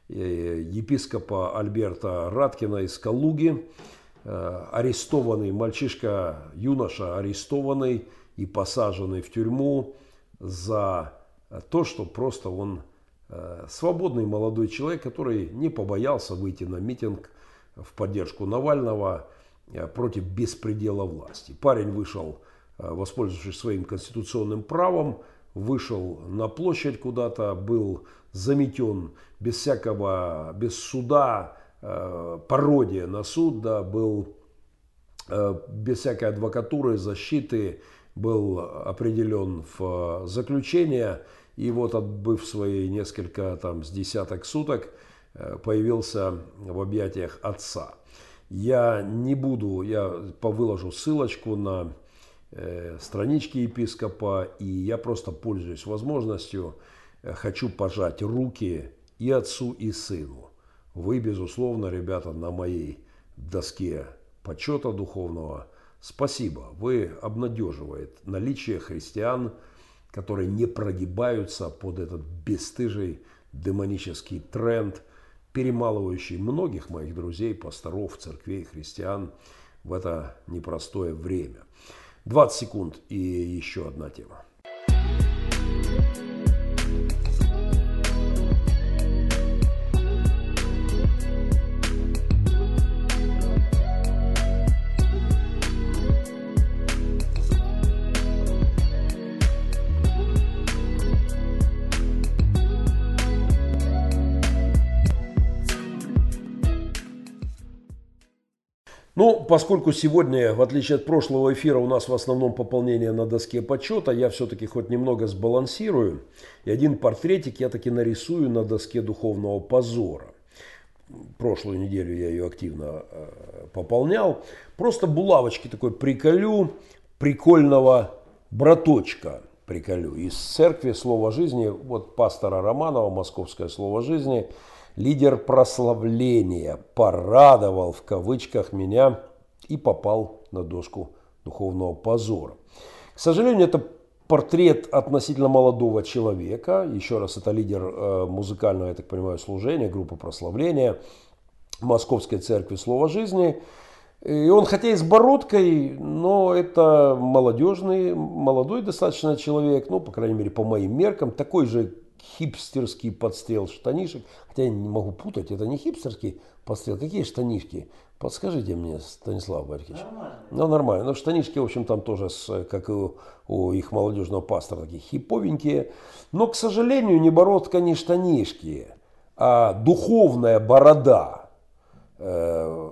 A: епископа Альберта Радкина из Калуги, арестованный мальчишка, юноша, арестованный и посаженный в тюрьму за то, что просто он свободный молодой человек, который не побоялся выйти на митинг в поддержку Навального против беспредела власти. Парень вышел, воспользовавшись своим конституционным правом, вышел на площадь куда-то, был заметен без всякого, без суда, э, пародия на суд, да, был э, без всякой адвокатуры, защиты, был определен в заключение, и вот, отбыв свои несколько, там, с десяток суток, э, появился в объятиях отца. Я не буду, я повыложу ссылочку на странички епископа, и я просто пользуюсь возможностью, хочу пожать руки и отцу, и сыну. Вы, безусловно, ребята, на моей доске почета духовного. Спасибо. Вы обнадеживает наличие христиан, которые не прогибаются под этот бесстыжий демонический тренд, перемалывающий многих моих друзей, пасторов, церквей, христиан в это непростое время. двадцать секунд и еще одна тема. Ну, поскольку сегодня, в отличие от прошлого эфира, у нас в основном пополнение на доске почета, я все-таки хоть немного сбалансирую. И один портретик я таки нарисую на доске духовного позора. Прошлую неделю я ее активно э, пополнял. Просто булавочки такой приколю, прикольного браточка приколю. Из церкви «Слово жизни», вот пастора Романова, «Московское слово жизни». Лидер прославления порадовал в кавычках меня и попал на доску духовного позора. К сожалению, это портрет относительно молодого человека. Еще раз, это лидер э, музыкального, я так понимаю, служения, группы прославления Московской церкви «Слово жизни». И он, хотя и с бородкой, но это молодежный, молодой достаточно человек, ну, по крайней мере, по моим меркам, такой же хипстерский подстрел штанишек. Хотя я не могу путать, это не хипстерский подстрел. Какие штанишки? Подскажите мне, Станислав Борисович. Нормально. Ну, нормально. Но штанишки, в общем, там тоже, с, как и у, у их молодежного пастора, такие хиповенькие. Но, к сожалению, не бородка, не штанишки, а духовная борода. Э,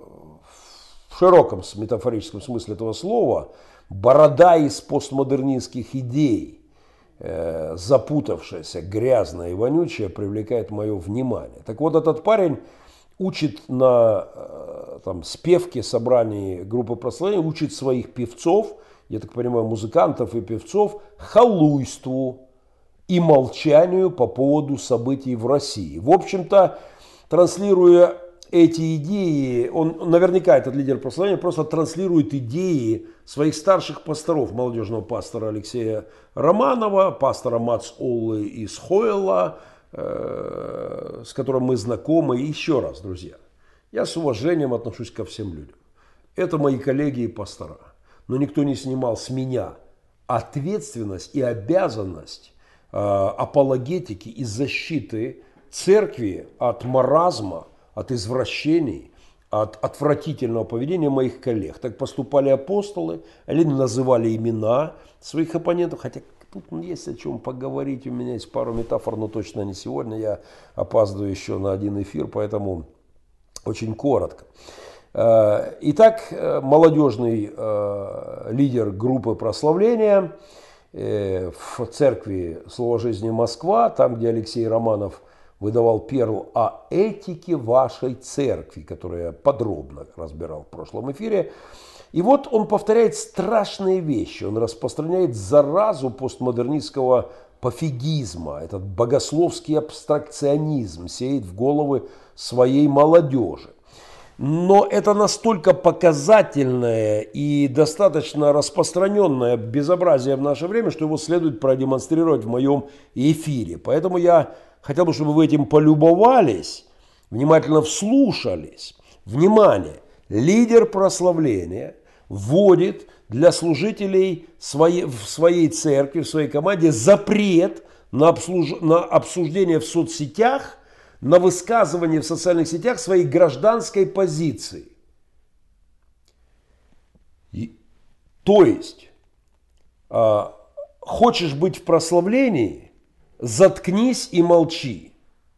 A: в широком метафорическом смысле этого слова. Борода из постмодернистских идей. Запутавшаяся, грязная и вонючая, привлекает мое внимание. Так вот, этот парень учит на там, спевке, собрании группы прославления, учит своих певцов, я так понимаю, музыкантов и певцов, халуйству и молчанию по поводу событий в России. В общем-то, транслируя эти идеи, он наверняка, этот лидер прославления, просто транслирует идеи своих старших пасторов, молодежного пастора Алексея Романова, пастора Мац Оллы из Хойла, э, с которым мы знакомы. И еще раз, друзья, я с уважением отношусь ко всем людям. Это мои коллеги и пастора. Но никто не снимал с меня ответственность и обязанность э, апологетики и защиты церкви от маразма, от извращений, от отвратительного поведения моих коллег. Так поступали апостолы, они называли имена своих оппонентов, хотя тут есть о чем поговорить, у меня есть пару метафор, но точно не сегодня, я опаздываю еще на один эфир, поэтому очень коротко. Итак, молодежный лидер группы прославления в церкви Слово Жизни Москва, там, где Алексей Романов выдавал перл о этике вашей церкви, которую я подробно разбирал в прошлом эфире. И вот он повторяет страшные вещи. Он распространяет заразу постмодернистского пофигизма. Этот богословский абстракционизм сеет в головы своей молодежи. Но это настолько показательное и достаточно распространенное безобразие в наше время, что его следует продемонстрировать в моем эфире. Поэтому я хотел бы, чтобы вы этим полюбовались, внимательно вслушались. Внимание! Лидер прославления вводит для служителей своей, в своей церкви, в своей команде запрет на, обслуж... на обсуждение в соцсетях, на высказывание в социальных сетях своей гражданской позиции. И, то есть, а, хочешь быть в прославлении, заткнись и молчи.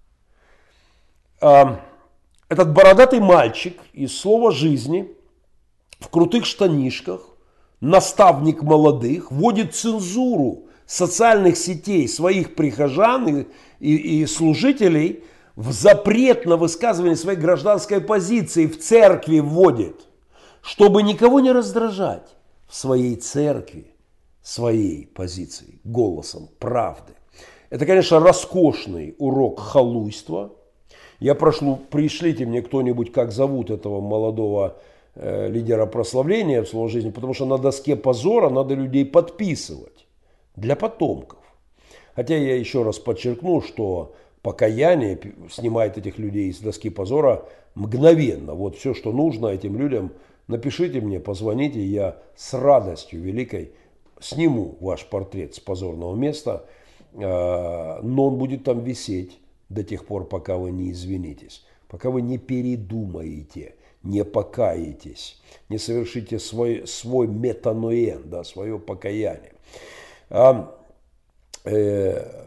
A: А, этот бородатый мальчик из «Слова жизни» в крутых штанишках, наставник молодых, вводит цензуру социальных сетей своих прихожан и, и, и служителей в запрет на высказывание своей гражданской позиции, в церкви вводит, чтобы никого не раздражать в своей церкви, своей позиции, голосом правды. Это, конечно, роскошный урок халуйства. Я прошу, пришлите мне кто-нибудь, как зовут этого молодого э, лидера прославления в Слово Жизни, потому что на доске позора надо людей подписывать для потомков. Хотя я еще раз подчеркну, что покаяние снимает этих людей с доски позора мгновенно. Вот все, что нужно этим людям, напишите мне, позвоните, я с радостью великой сниму ваш портрет с позорного места, но он будет там висеть до тех пор, пока вы не извинитесь, пока вы не передумаете, не покаетесь, не совершите свой, свой метаноен, да, свое покаяние. А, э,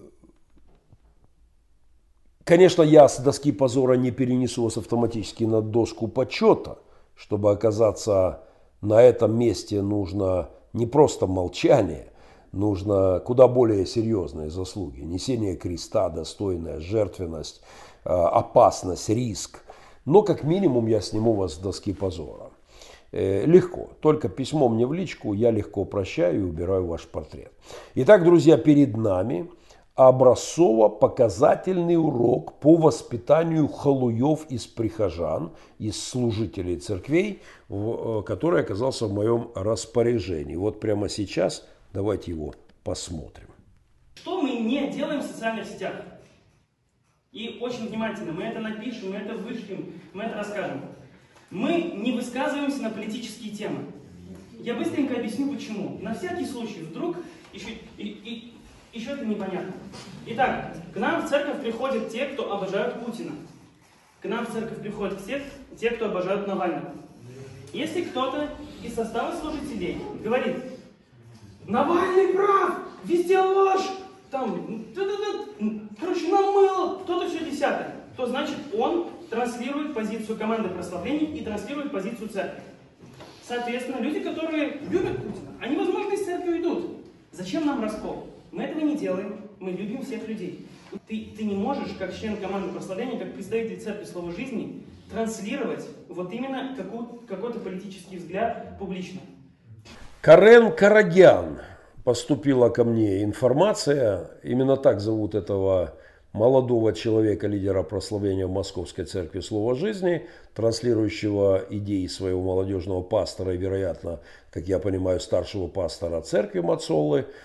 A: Конечно, я с доски позора не перенесу вас автоматически на доску почета. Чтобы оказаться на этом месте, нужно не просто молчание, нужно куда более серьезные заслуги. Несение креста, достойная жертвенность, опасность, риск. Но как минимум я сниму вас с доски позора. Легко. Только письмо мне в личку, я легко прощаю и убираю ваш портрет. Итак, друзья, перед нами образцово-показательный урок по воспитанию халуев из прихожан, из служителей церквей, который оказался в моем распоряжении. Вот прямо сейчас давайте его посмотрим.
B: Что мы не делаем в социальных сетях? И очень внимательно, мы это напишем, мы это вышлем, мы это расскажем. Мы не высказываемся на политические темы. Я быстренько объясню почему. На всякий случай, вдруг еще... И, и, Еще это непонятно. Итак, к нам в церковь приходят те, кто обожают Путина. К нам в церковь приходят все, те, кто обожают Навального. Если кто-то из состава служителей говорит: Навальный прав, везде ложь, там, короче, намыло, кто-то все десятое, то значит он транслирует позицию команды прославления и транслирует позицию церкви. Соответственно, люди, которые любят Путина, они, возможно, из церкви уйдут. Зачем нам раскол? Мы этого не делаем, мы любим всех людей. Ты, ты не можешь, как член команды прославления, как представитель церкви Слова Жизни, транслировать вот именно какой-то политический взгляд публично.
A: Карен Карагян. Поступила ко мне информация, именно так зовут этого молодого человека, лидера прославления в Московской церкви Слова Жизни, транслирующего идеи своего молодежного пастора и, вероятно, как я понимаю, старшего пастора церкви Мацолы.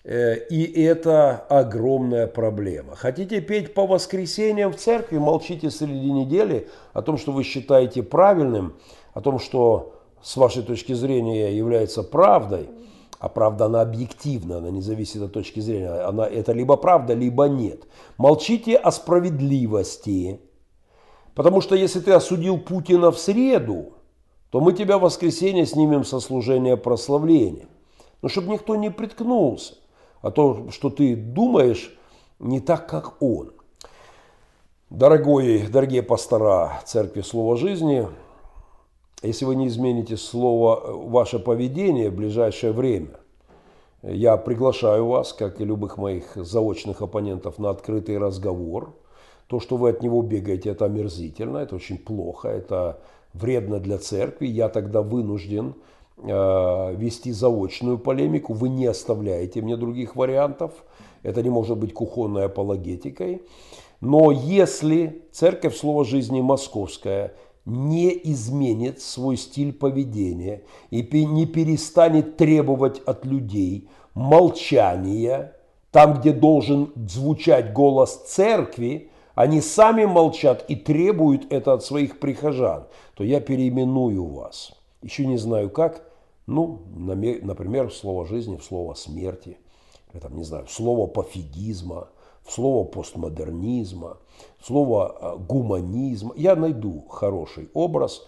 A: И это огромная проблема. Хотите петь по воскресеньям в церкви, молчите среди недели о том, что вы считаете правильным, о том, что с вашей точки зрения является правдой, а правда она объективна, она не зависит от точки зрения, она, это либо правда, либо нет. Молчите о справедливости, потому что если ты осудил Путина в среду, то мы тебя в воскресенье снимем со служения прославления. Но чтобы никто не приткнулся. А то, что ты думаешь, не так, как он. Дорогой, дорогие пастора Церкви Слова Жизни, если вы не измените слово, ваше поведение в ближайшее время, я приглашаю вас, как и любых моих заочных оппонентов, на открытый разговор. То, что вы от него бегаете, это омерзительно, это очень плохо, это вредно для церкви. Я тогда вынужден вести заочную полемику, вы не оставляете мне других вариантов, это не может быть кухонной апологетикой. Но если Церковь Слова Жизни Московская не изменит свой стиль поведения и не перестанет требовать от людей молчания, там, где должен звучать голос церкви, они сами молчат и требуют это от своих прихожан, то я переименую вас. Еще не знаю как, ну, например, в слово жизни, в слово смерти, это, не знаю, в слово пофигизма, в слово постмодернизма, в слово гуманизма. Я найду хороший образ.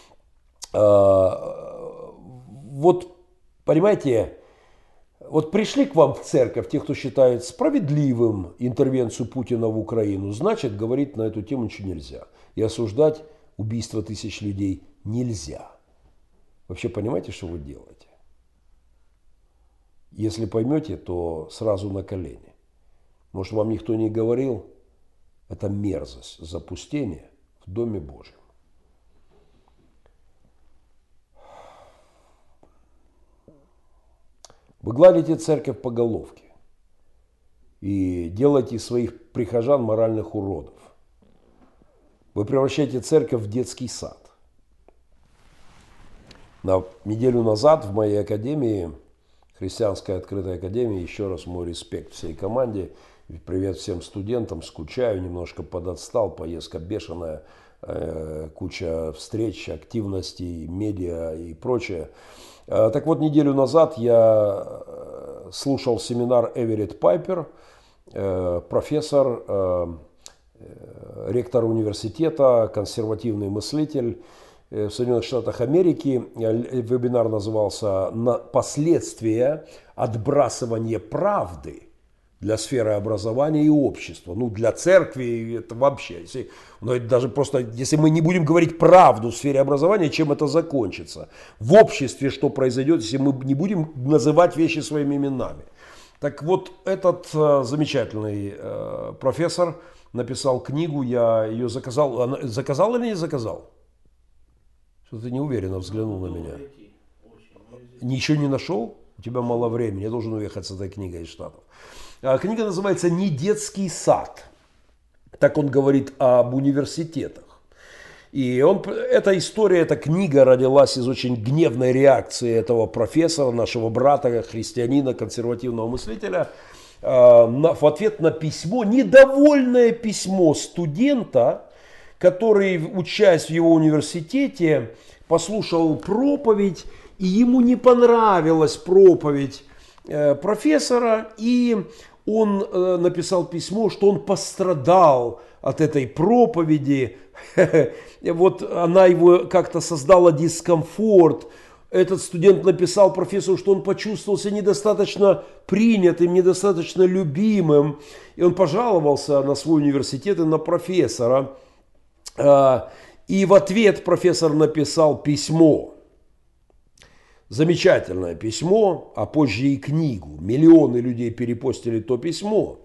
A: Вот, понимаете, вот пришли к вам в церковь те, кто считает справедливым интервенцию Путина в Украину, значит, говорить на эту тему ничего нельзя. И осуждать убийство тысяч людей нельзя. Вообще понимаете, что вы делаете? Если поймете, то сразу на колени. Может, вам никто не говорил, это мерзость, запустение в Доме Божьем. Вы гладите церковь по головке и делаете из своих прихожан моральных уродов. Вы превращаете церковь в детский сад. На неделю назад в моей академии, Христианской открытой академии, еще раз мой респект всей команде, привет всем студентам, скучаю, немножко подотстал, поездка бешеная, э, куча встреч, активностей, медиа и прочее. Э, так вот, неделю назад я слушал семинар Эверетт Пайпер, э, профессор, э, ректор университета, консервативный мыслитель в Соединенных Штатах Америки. Вебинар назывался «Последствия отбрасывания правды для сферы образования и общества». Ну, для церкви это вообще. Если, ну, это даже просто, если мы не будем говорить правду в сфере образования, чем это закончится? В обществе что произойдет, если мы не будем называть вещи своими именами? Так вот, этот э, замечательный э, профессор написал книгу, я ее заказал. Она, заказал или не заказал? Что ты неуверенно взглянул на меня. Ничего не нашел? У тебя мало времени, я должен уехать с этой книгой из Штатов. Книга называется «Не детский сад». Так он говорит об университетах. И он, эта история, эта книга родилась из очень гневной реакции этого профессора, нашего брата, христианина, консервативного мыслителя, в ответ на письмо, недовольное письмо студента, который, учась в его университете, послушал проповедь, и ему не понравилась проповедь профессора, и он написал письмо, что он пострадал от этой проповеди, вот она его как-то создала дискомфорт. Этот студент написал профессору, что он почувствовал себя недостаточно принятым, недостаточно любимым, и он пожаловался на свой университет и на профессора. И в ответ профессор написал письмо. Замечательное письмо, а позже и книгу. Миллионы людей перепостили то письмо.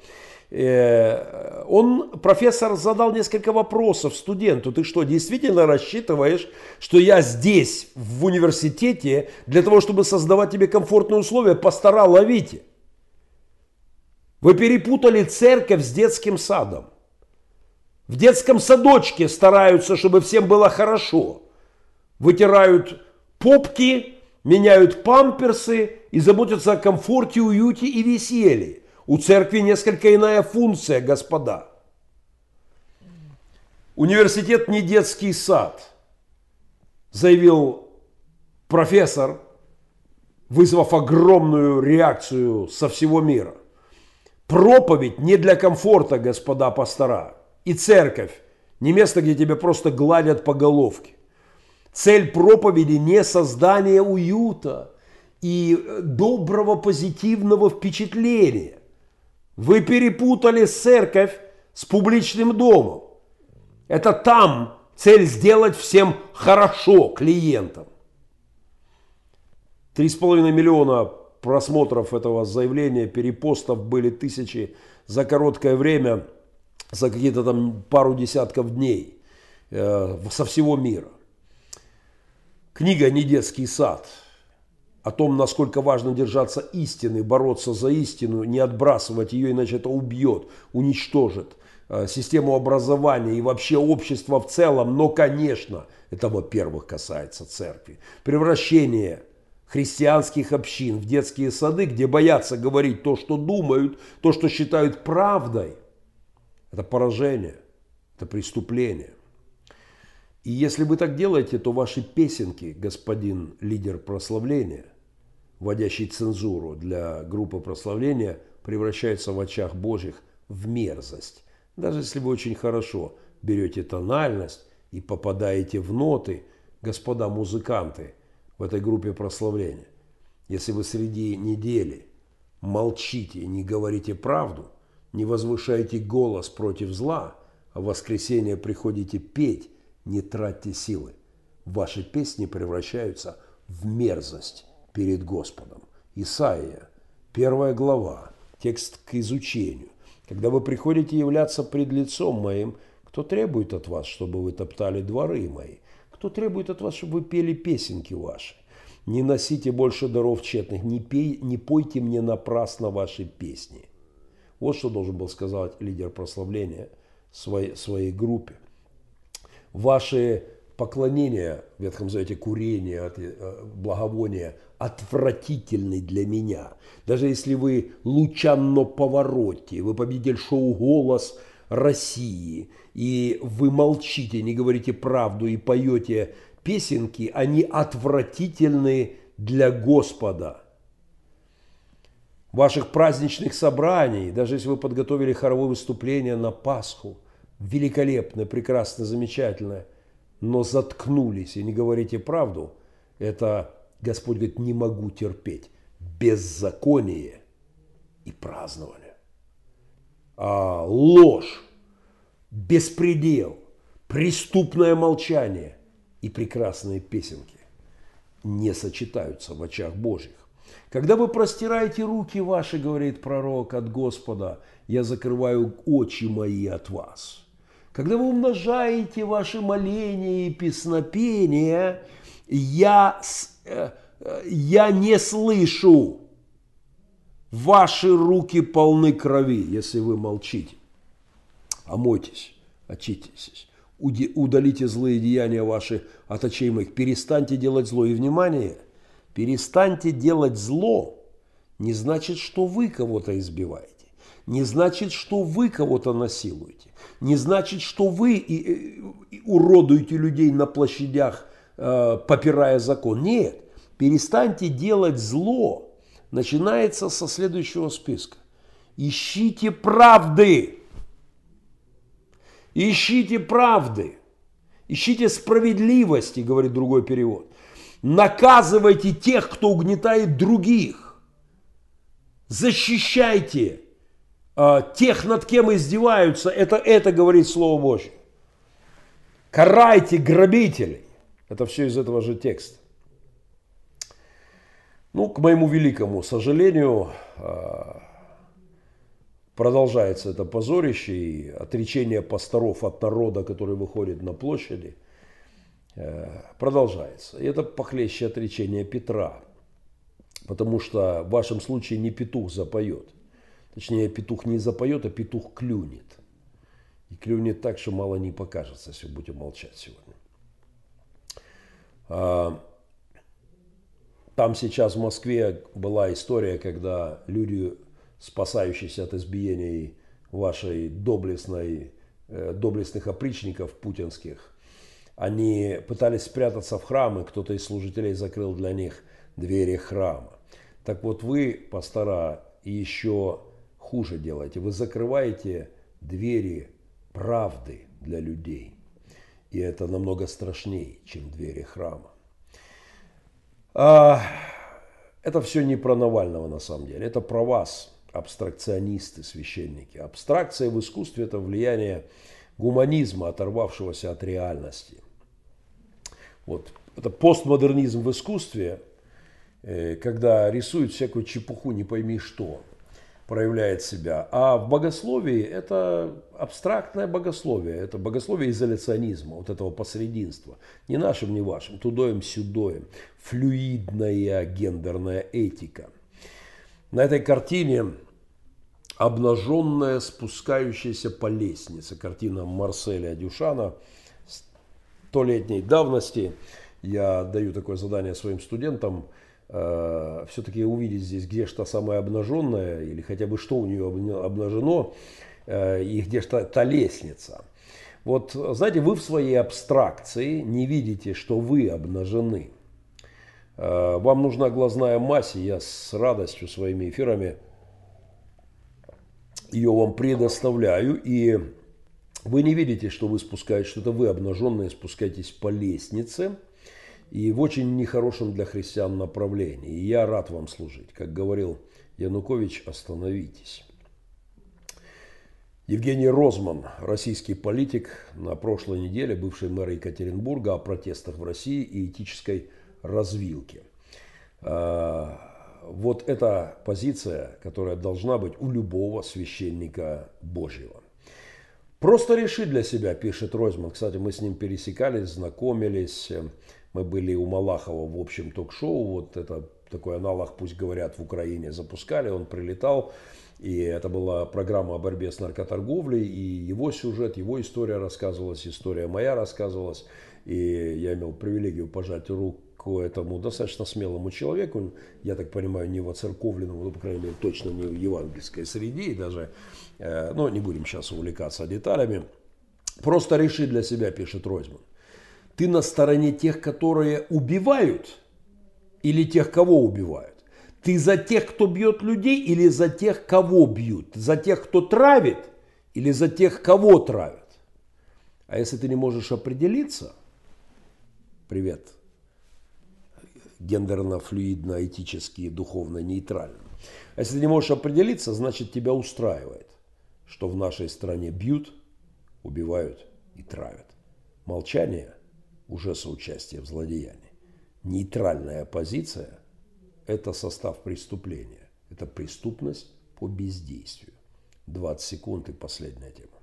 A: Он, профессор, задал несколько вопросов студенту. Ты что, действительно рассчитываешь, что я здесь, в университете, для того, чтобы создавать тебе комфортные условия, пастора ловите? Вы перепутали церковь с детским садом. В детском садочке стараются, чтобы всем было хорошо. Вытирают попки, меняют памперсы и заботятся о комфорте, уюте и веселье. У церкви несколько иная функция, господа. Университет не детский сад, заявил профессор, вызвав огромную реакцию со всего мира. Проповедь не для комфорта, господа пастора. И церковь не место, где тебя просто гладят по головке. Цель проповеди не создание уюта и доброго позитивного впечатления. Вы перепутали церковь с публичным домом. Это там цель сделать всем хорошо клиентам. Три с половиной миллиона просмотров этого заявления, перепостов были тысячи за короткое время, за какие-то там пару десятков дней э, со всего мира. Книга «Не детский сад» о том, насколько важно держаться истины, бороться за истину, не отбрасывать ее, иначе это убьет, уничтожит э, систему образования и вообще общество в целом. Но, конечно, это, во-первых, касается церкви. Превращение христианских общин в детские сады, где боятся говорить то, что думают, то, что считают правдой. Это поражение, это преступление. И если вы так делаете, то ваши песенки, господин лидер прославления, вводящий цензуру для группы прославления, превращаются в очах Божьих в мерзость. Даже если вы очень хорошо берете тональность и попадаете в ноты, господа музыканты в этой группе прославления, если вы среди недели молчите, не говорите правду, не возвышаете голос против зла, а в воскресенье приходите петь, не тратьте силы. Ваши песни превращаются в мерзость перед Господом. Исаия, первая глава, текст к изучению. Когда вы приходите являться пред лицом моим, кто требует от вас, чтобы вы топтали дворы мои? Кто требует от вас, чтобы вы пели песенки ваши? Не носите больше даров тщетных, не, пей, не пойте мне напрасно ваши песни. Вот что должен был сказать лидер прославления своей, своей группе. Ваши поклонения в Ветхом Завете, курение, благовония отвратительны для меня. Даже если вы Лучанно Паваротти, вы победитель шоу «Голос России», и вы молчите, не говорите правду и поете песенки, они отвратительны для Господа. Ваших праздничных собраний, даже если вы подготовили хоровое выступление на Пасху, великолепное, прекрасно, замечательное, но заткнулись и не говорите правду, это, Господь говорит, не могу терпеть. Беззаконие и празднование. А ложь, беспредел, преступное молчание и прекрасные песенки не сочетаются в очах Божьих. Когда вы простираете руки ваши, говорит пророк, от Господа, я закрываю очи мои от вас. Когда вы умножаете ваши моления и песнопения, я, я не слышу. Ваши руки полны крови, если вы молчите. Омойтесь, очиститесь, удалите злые деяния ваши от очей моих. Перестаньте делать зло. И, внимание, перестаньте делать зло не значит, что вы кого-то избиваете. Не значит, что вы кого-то насилуете. Не значит, что вы и, и уродуете людей на площадях, э, попирая закон. Нет, перестаньте делать зло. Начинается со следующего списка. Ищите правды. Ищите правды. Ищите справедливости, говорит другой перевод. Наказывайте тех, кто угнетает других. Защищайте э, тех, над кем издеваются. Это, это говорит Слово Божье. Карайте грабителей. Это все из этого же текста. Ну, к моему великому сожалению, продолжается это позорище и отречение пасторов от народа, который выходит на площади, продолжается. И это похлеще отречение Петра, потому что в вашем случае не петух запоет. Точнее, петух не запоет, а петух клюнет. И клюнет так, что мало не покажется, если вы будете молчать сегодня. Там сейчас в Москве была история, когда люди, спасающиеся от избиений вашей доблестной, э, доблестных опричников путинских, они пытались спрятаться в храмы, кто-то из служителей закрыл для них двери храма. Так вот вы, пастора, еще хуже делаете. Вы закрываете двери правды для людей. И это намного страшнее, чем двери храма. А это все не про Навального на самом деле. Это про вас, абстракционисты, священники. Абстракция в искусстве – это влияние гуманизма, оторвавшегося от реальности. Вот. Это постмодернизм в искусстве, когда рисуют всякую чепуху, не пойми что, проявляет себя. А в богословии это абстрактное богословие, это богословие изоляционизма, вот этого посрединства. Не нашим, не вашим, тудоем-сюдоем. Флюидная гендерная этика. На этой картине обнаженная, спускающаяся по лестнице. Картина Марселя Дюшана столетней давности. Я даю такое задание своим студентам. Э, все-таки увидеть здесь, где что самое обнаженное, или хотя бы что у нее обнажено, э, и где что та лестница. Вот, знаете, вы в своей абстракции не видите, что вы обнажены. Э, вам нужна глазная мазь, и я с радостью своими эфирами ее вам предоставляю, и вы не видите, что вы спускаетесь, что это вы обнаженные спускаетесь по лестнице, и в очень нехорошем для христиан направлении. И я рад вам служить. Как говорил Янукович, остановитесь. Евгений Розман, российский политик, на прошлой неделе, бывший мэр Екатеринбурга, о протестах в России и этической развилке. Вот эта позиция, которая должна быть у любого священника Божьего. Просто реши для себя, пишет Розман. Кстати, мы с ним пересекались, знакомились. Мы были у Малахова в общем ток-шоу. Вот это такой аналог, пусть говорят, в Украине запускали. Он прилетал. И это была программа о борьбе с наркоторговлей. И его сюжет, его история рассказывалась, история моя рассказывалась. И я имел привилегию пожать руку этому достаточно смелому человеку. Я так понимаю, не воцерковленному, ну, по крайней мере, точно не в евангельской среде. И даже, э, ну, не будем сейчас увлекаться деталями. Просто реши для себя, пишет Розман. Ты на стороне тех, которые убивают, или тех, кого убивают? Ты за тех, кто бьет людей, или за тех, кого бьют? За тех, кто травит, или за тех, кого травят? А если ты не можешь определиться, привет, гендерно-флюидно, этически, духовно-нейтрально. А если ты не можешь определиться, значит тебя устраивает, что в нашей стране бьют, убивают и травят. Молчание – уже соучастие в злодеянии. Нейтральная позиция – это состав преступления. Это преступность по бездействию. двадцать секунд и последняя тема.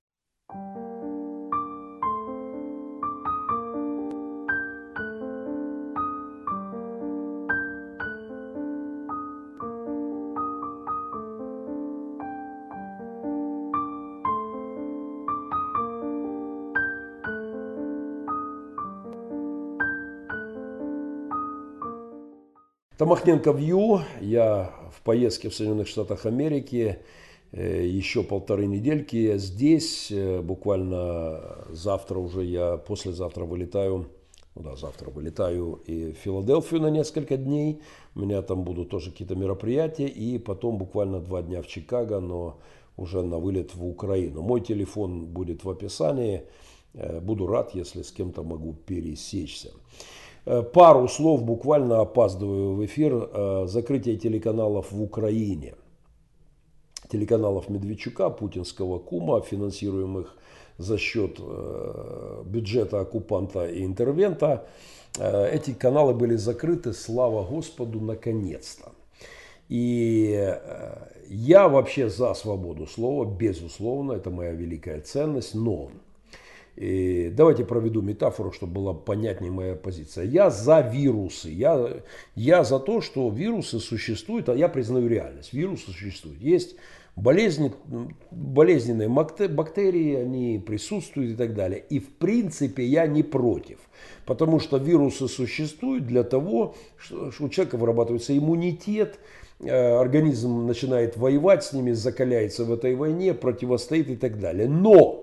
A: Томахненко Вью, я в поездке в Соединенных Штатах Америки, еще полторы недельки я здесь, буквально завтра уже я, послезавтра вылетаю, ну да, завтра вылетаю и в Филадельфию на несколько дней, у меня там будут тоже какие-то мероприятия, и потом буквально два дня в Чикаго, но уже на вылет в Украину. Мой телефон будет в описании, буду рад, если с кем-то могу пересечься. Пару слов, буквально опаздываю в эфир, закрытие телеканалов в Украине. Телеканалов Медведчука, путинского кума, финансируемых за счет бюджета оккупанта и интервента. Эти каналы были закрыты, слава Господу, наконец-то. И я вообще за свободу слова, безусловно, это моя великая ценность, но... И давайте проведу метафору, чтобы была понятнее моя позиция. Я за вирусы. Я, я за то, что вирусы существуют, а я признаю реальность. Вирусы существуют. Есть Болезни, болезненные бактерии, они присутствуют и так далее. И в принципе я не против. Потому что вирусы существуют для того, что у человека вырабатывается иммунитет, организм начинает воевать с ними, закаляется в этой войне, противостоит и так далее. Но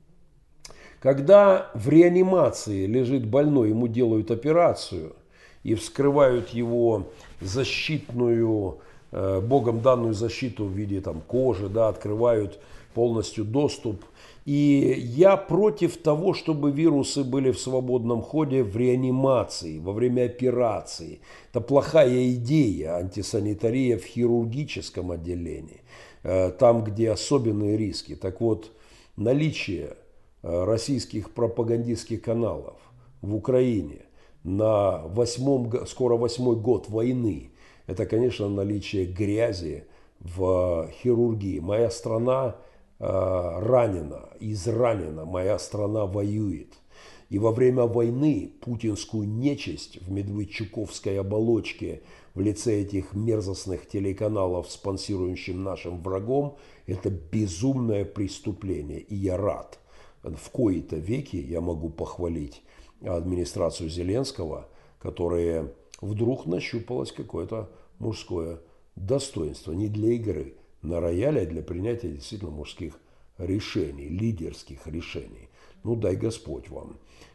A: когда в реанимации лежит больной, ему делают операцию и вскрывают его защитную, Богом данную защиту в виде там, кожи, да, открывают полностью доступ. И я против того, чтобы вирусы были в свободном ходе в реанимации, во время операции. Это плохая идея, антисанитария в хирургическом отделении, там, где особенные риски. Так вот, наличие российских пропагандистских каналов в Украине на восьмом, скоро восьмой год войны, это, конечно, наличие грязи в хирургии. Моя страна э, ранена, изранена, моя страна воюет. И во время войны путинскую нечисть в медведчуковской оболочке в лице этих мерзостных телеканалов, спонсирующим нашим врагом, это безумное преступление. И я рад. В кои-то веки я могу похвалить администрацию Зеленского, которая вдруг нащупалось какое-то мужское достоинство. Не для игры на рояле, а для принятия действительно мужских решений, лидерских решений. Ну дай Господь вам.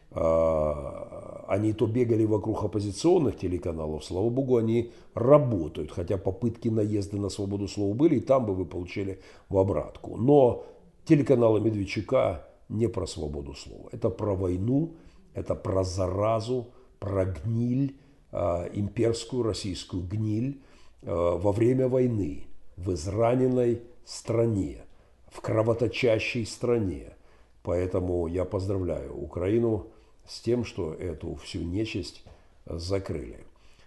A: Они то бегали вокруг оппозиционных телеканалов, слава богу, они работают. Хотя попытки наезда на свободу слова были, и там бы вы получили в обратку. Но телеканалы Медведчука не про свободу слова. Это про войну, это про заразу, про гниль, имперскую российскую гниль во время войны в израненной стране, в кровоточащей стране. Поэтому я поздравляю Украину с тем, что эту всю нечисть закрыли.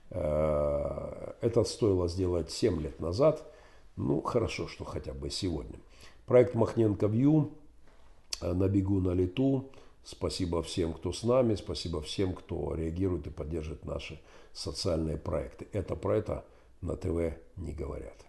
A: Это стоило сделать семь лет назад. Ну, хорошо, что хотя бы сегодня. Проект Махненко Вью. На бегу, на лету. Спасибо всем, кто с нами. Спасибо всем, кто реагирует и поддерживает наши социальные проекты. Это про это на ТВ не говорят.